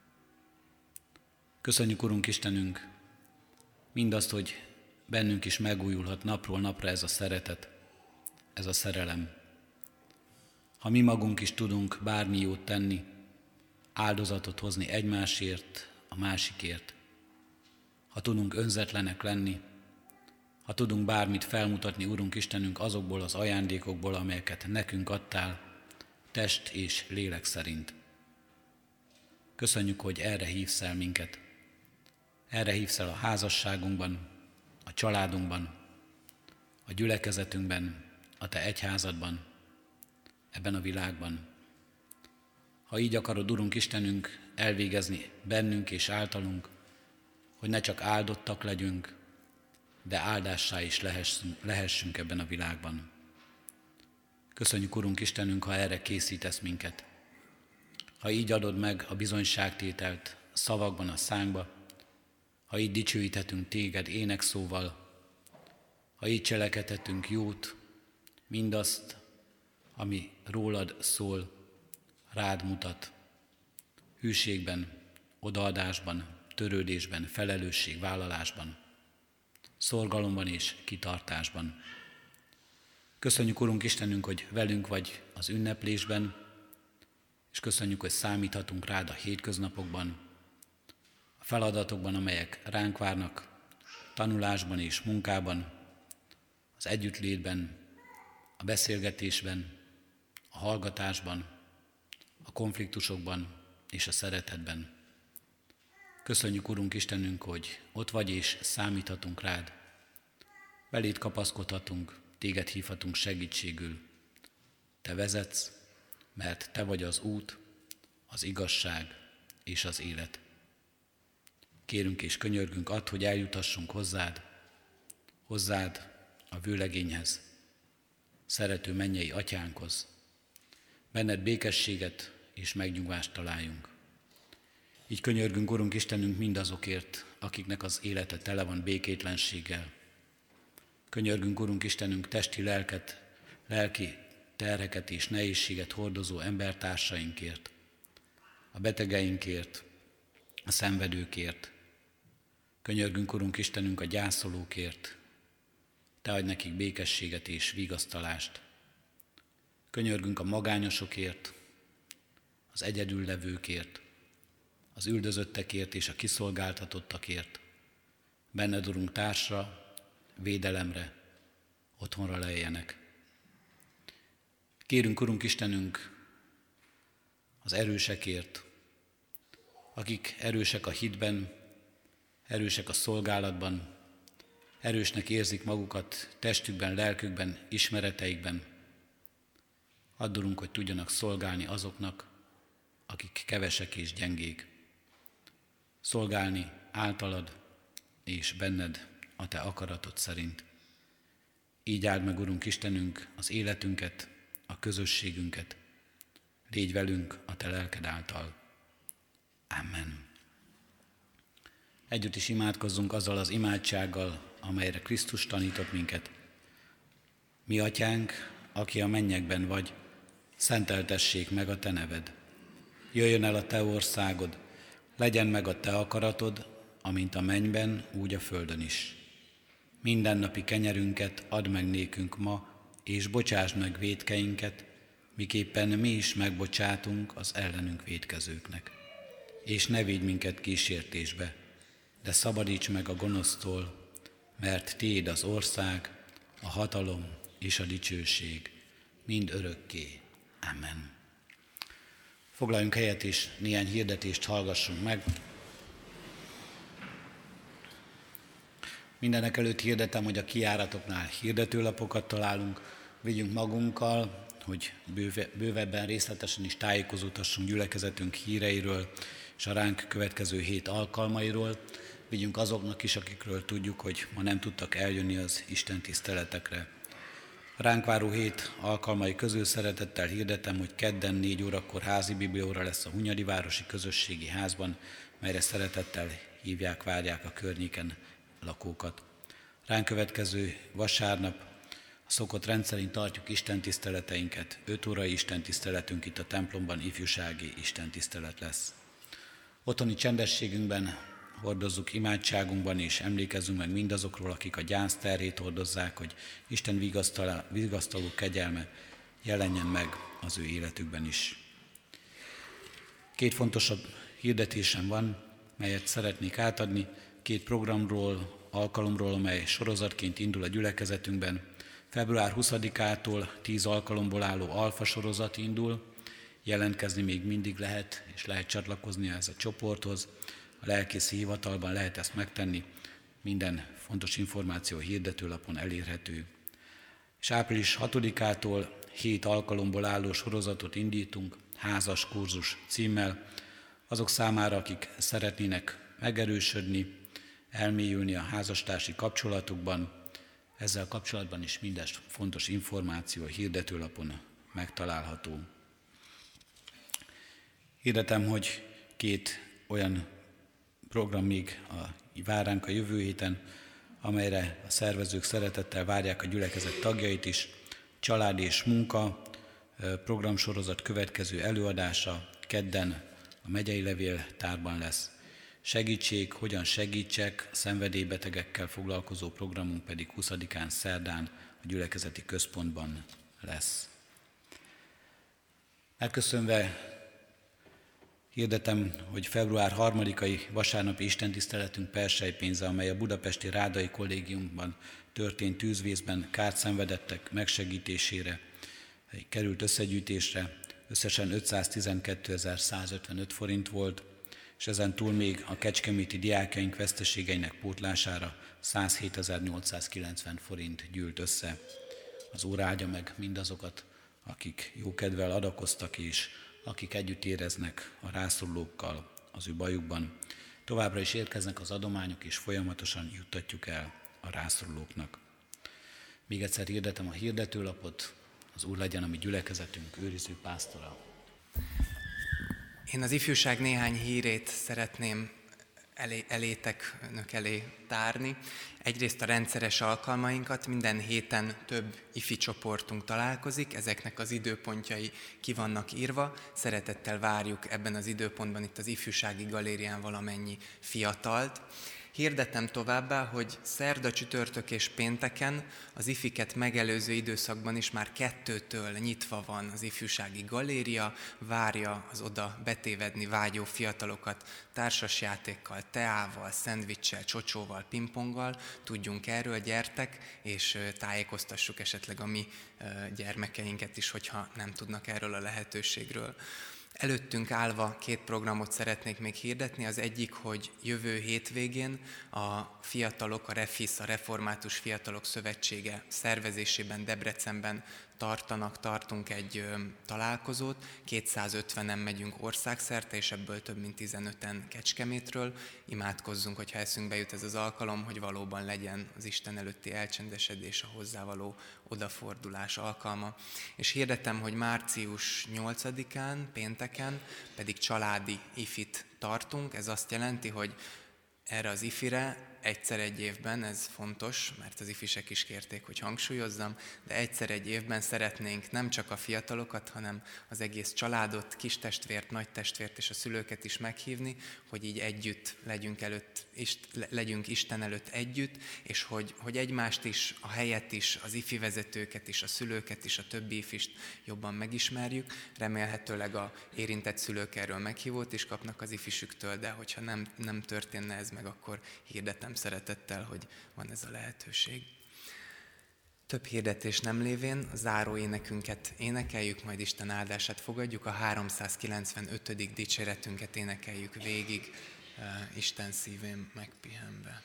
Speaker 5: Köszönjük, Urunk Istenünk, mindazt, hogy bennünk is megújulhat napról napra ez a szeretet, ez a szerelem. Ha mi magunk is tudunk bármi jót tenni, áldozatot hozni egymásért, a másikért, ha tudunk önzetlenek lenni, ha tudunk bármit felmutatni, Urunk Istenünk, azokból az ajándékokból, amelyeket nekünk adtál, test és lélek szerint. Köszönjük, hogy erre hívsz el minket. Erre hívsz el a házasságunkban, a családunkban, a gyülekezetünkben, a te egyházadban, ebben a világban. Ha így akarod, Urunk Istenünk, elvégezni bennünk és általunk, hogy ne csak áldottak legyünk, de áldássá is lehessünk ebben a világban. Köszönjük, Urunk Istenünk, ha erre készítesz minket. Ha így adod meg a bizonyságtételt a szavakban, a szánkba, ha így dicsőíthetünk téged énekszóval, ha így cselekedhetünk jót, mindazt, ami rólad szól, rád mutat, hűségben, odaadásban, törődésben, felelősségvállalásban, szorgalomban és kitartásban. Köszönjük, Urunk Istenünk, hogy velünk vagy az ünneplésben, és köszönjük, hogy számíthatunk rád a hétköznapokban, a feladatokban, amelyek ránk várnak, tanulásban és munkában, az együttlétben, a beszélgetésben, a hallgatásban, a konfliktusokban és a szeretetben. Köszönjük, Urunk Istenünk, hogy ott vagy és számíthatunk rád. Beléd kapaszkodhatunk, téged hívhatunk segítségül. Te vezetsz, mert te vagy az út, az igazság és az élet. Kérünk és könyörgünk, add, hogy eljutassunk hozzád a vőlegényhez, szerető mennyei atyánkhoz. Benned békességet és megnyugvást találjunk. Így könyörgünk, Urunk Istenünk, mindazokért, akiknek az élete tele van békétlenséggel. Könyörgünk, Urunk Istenünk, lelki terheket és nehézséget hordozó embertársainkért, a betegeinkért, a szenvedőkért. Könyörgünk, Urunk Istenünk, a gyászolókért. Te adj nekik békességet és vigasztalást. Könyörgünk a magányosokért, az egyedüllevőkért, az üldözöttekért és a kiszolgáltatottakért. Benned, Urunk, társra, védelemre, otthonra lejjenek. Kérünk, Urunk Istenünk, az erősekért, akik erősek a hitben, erősek a szolgálatban, erősnek érzik magukat testükben, lelkükben, ismereteikben. Add, Urunk, hogy tudjanak szolgálni azoknak, akik kevesek és gyengék. Szolgálni általad és benned a te akaratod szerint. Így áld meg, Urunk Istenünk, az életünket, a közösségünket. Légy velünk a te lelked által. Amen. Együtt is imádkozzunk azzal az imádsággal, amelyre Krisztus tanított minket. Mi atyánk, aki a mennyekben vagy, szenteltessék meg a te neved. Jöjjön el a te országod, legyen meg a te akaratod, amint a mennyben, úgy a földön is. Mindennapi kenyerünket add meg nékünk ma, és bocsásd meg vétkeinket, miképpen mi is megbocsátunk az ellenünk vétkezőknek. És ne védj minket kísértésbe, de szabadíts meg a gonosztól, mert tiéd az ország, a hatalom és a dicsőség, mind örökké. Amen. Foglaljunk helyet és néhány hirdetést hallgassunk meg. Mindenek előtt hirdetem, hogy a kijáratoknál hirdetőlapokat találunk. Vigyünk magunkkal, hogy bővebben, részletesen is tájékozódhassunk gyülekezetünk híreiről és a ránk következő hét alkalmairól. Vigyünk azoknak is, akikről tudjuk, hogy ma nem tudtak eljönni az Isten tiszteletekre. A ránk váró hét alkalmai közül szeretettel hirdetem, hogy kedden 4 órakor házi bibliaóra lesz a Hunyadi Városi Közösségi Házban, melyre szeretettel hívják, várják a környéken lakókat. Ránk következő vasárnap a szokott rendszerint tartjuk istentiszteleteinket. 5 órai istentiszteletünk itt a templomban, ifjúsági istentisztelet lesz. Otthoni csendességünkben hordozzuk imádságunkban, és emlékezzünk meg mindazokról, akik a gyász terhét hordozzák, hogy Isten vigasztaló kegyelme jelenjen meg az ő életükben is. 2 fontosabb hirdetésem van, melyet szeretnék átadni. 2 programról, alkalomról, amely sorozatként indul a gyülekezetünkben. Február 20-ától 10 alkalomból álló alfa sorozat indul. Jelentkezni még mindig lehet, és lehet csatlakozni ehhez a csoporthoz. A lelkészi hivatalban lehet ezt megtenni. Minden fontos információ hirdetőlapon elérhető. És április 6-ától 7 alkalomból álló sorozatot indítunk, házas kurzus címmel. Azok számára, akik szeretnének megerősödni, elmélyülni a házastársi kapcsolatokban, ezzel kapcsolatban is minden fontos információ a hirdetőlapon megtalálható. Hirdetem, hogy 2 olyan program még vár ránk a jövő héten, amelyre a szervezők szeretettel várják a gyülekezet tagjait is. Család és munka programsorozat következő előadása kedden a megyei levéltárban lesz. Segítség, hogyan segítsek, szenvedélybetegekkel foglalkozó programunk pedig 20-án szerdán a gyülekezeti központban lesz. Elköszönve hirdetem, hogy február 3-ai vasárnapi istentiszteletünk perselypénze, amely a budapesti Rádai Kollégiumban történt tűzvészben kárt szenvedettek megsegítésére került összegyűjtésre, összesen 512.155 forint volt, és ezen túl még a kecskeméti diákjaink veszteségeinek pótlására 107.890 forint gyűlt össze. Az Úr áldja meg mindazokat, akik jókedvel adakoztak, és akik együtt éreznek a rászorulókkal az ő bajukban. Továbbra is érkeznek az adományok, és folyamatosan juttatjuk el a rászorulóknak. Még egyszer hirdetem a hirdetőlapot, az Úr legyen a mi gyülekezetünk őriző pásztora.
Speaker 1: Én az ifjúság néhány hírét szeretném önök elé tárni. Egyrészt a rendszeres alkalmainkat, minden héten több ifi csoportunk találkozik, ezeknek az időpontjai ki vannak írva. Szeretettel várjuk ebben az időpontban itt az ifjúsági galérián valamennyi fiatalt. Hirdetem továbbá, hogy szerda, csütörtök és pénteken az ifiket megelőző időszakban is már 2-től nyitva van az ifjúsági galéria, várja az oda betévedni vágyó fiatalokat társasjátékkal, teával, szendvicssel, csocsóval, pingponggal. Tudjunk erről, gyertek, és tájékoztassuk esetleg a mi gyermekeinket is, hogyha nem tudnak erről a lehetőségről. Előttünk állva 2 programot szeretnék még hirdetni. Az egyik, hogy jövő hétvégén a fiatalok, a REFISZ, a Református Fiatalok Szövetsége szervezésében Debrecenben tartunk egy találkozót. 250-en megyünk országszerte, és ebből több mint 15-en Kecskemétről. Imádkozzunk, hogyha eszünkbe jut ez az alkalom, hogy valóban legyen az Isten előtti elcsendesedés, a hozzávaló odafordulás alkalma. És hirdetem, hogy március 8-án, pénteken pedig családi ifit tartunk. Ez azt jelenti, hogy erre az ifire egyszer egy évben, ez fontos, mert az ifisek is kérték, hogy hangsúlyozzam, de egyszer egy évben szeretnénk nem csak a fiatalokat, hanem az egész családot, kistestvért, nagytestvért és a szülőket is meghívni, hogy így együtt legyünk Isten előtt együtt, és hogy egymást is, a helyet is, az ifi vezetőket is, a szülőket is, a többi ifist jobban megismerjük. Remélhetőleg a érintett szülők erről meghívót is kapnak az ifisüktől, de hogyha nem történne ez meg, akkor hirdetem szeretettel, hogy van ez a lehetőség. Több hirdetés nem lévén a záró énekünket énekeljük, majd Isten áldását fogadjuk, a 395. dicséretünket énekeljük végig, Isten szívén megpihenve.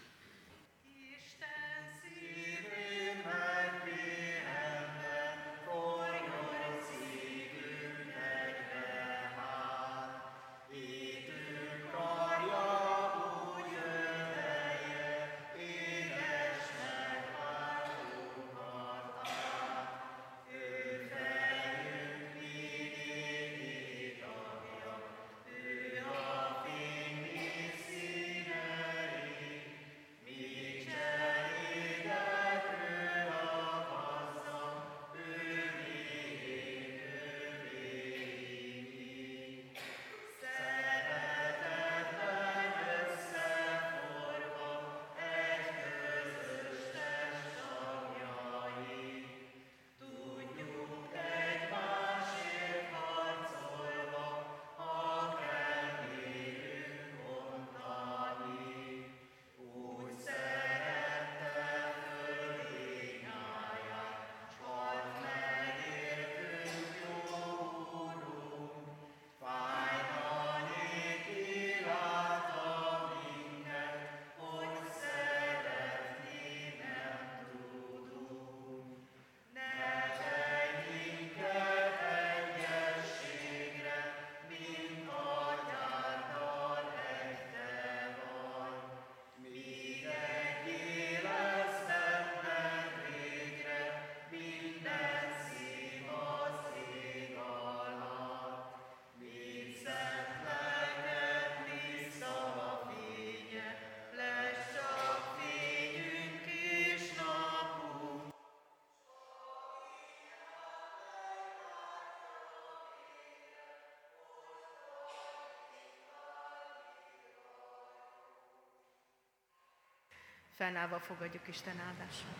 Speaker 4: Fennállva fogadjuk Isten áldását.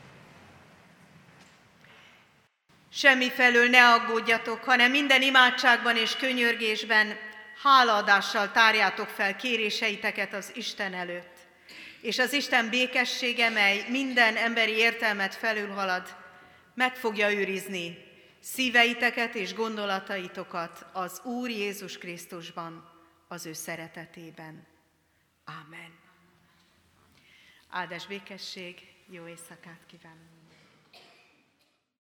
Speaker 4: Semmi felől ne aggódjatok, hanem minden imádságban és könyörgésben hálaadással tárjátok fel kéréseiteket az Isten előtt. És az Isten békessége, mely minden emberi értelmet felülhalad, meg fogja őrizni szíveiteket és gondolataitokat az Úr Jézus Krisztusban, az ő szeretetében. Ámen. Áldás békesség, jó éjszakát kívánunk!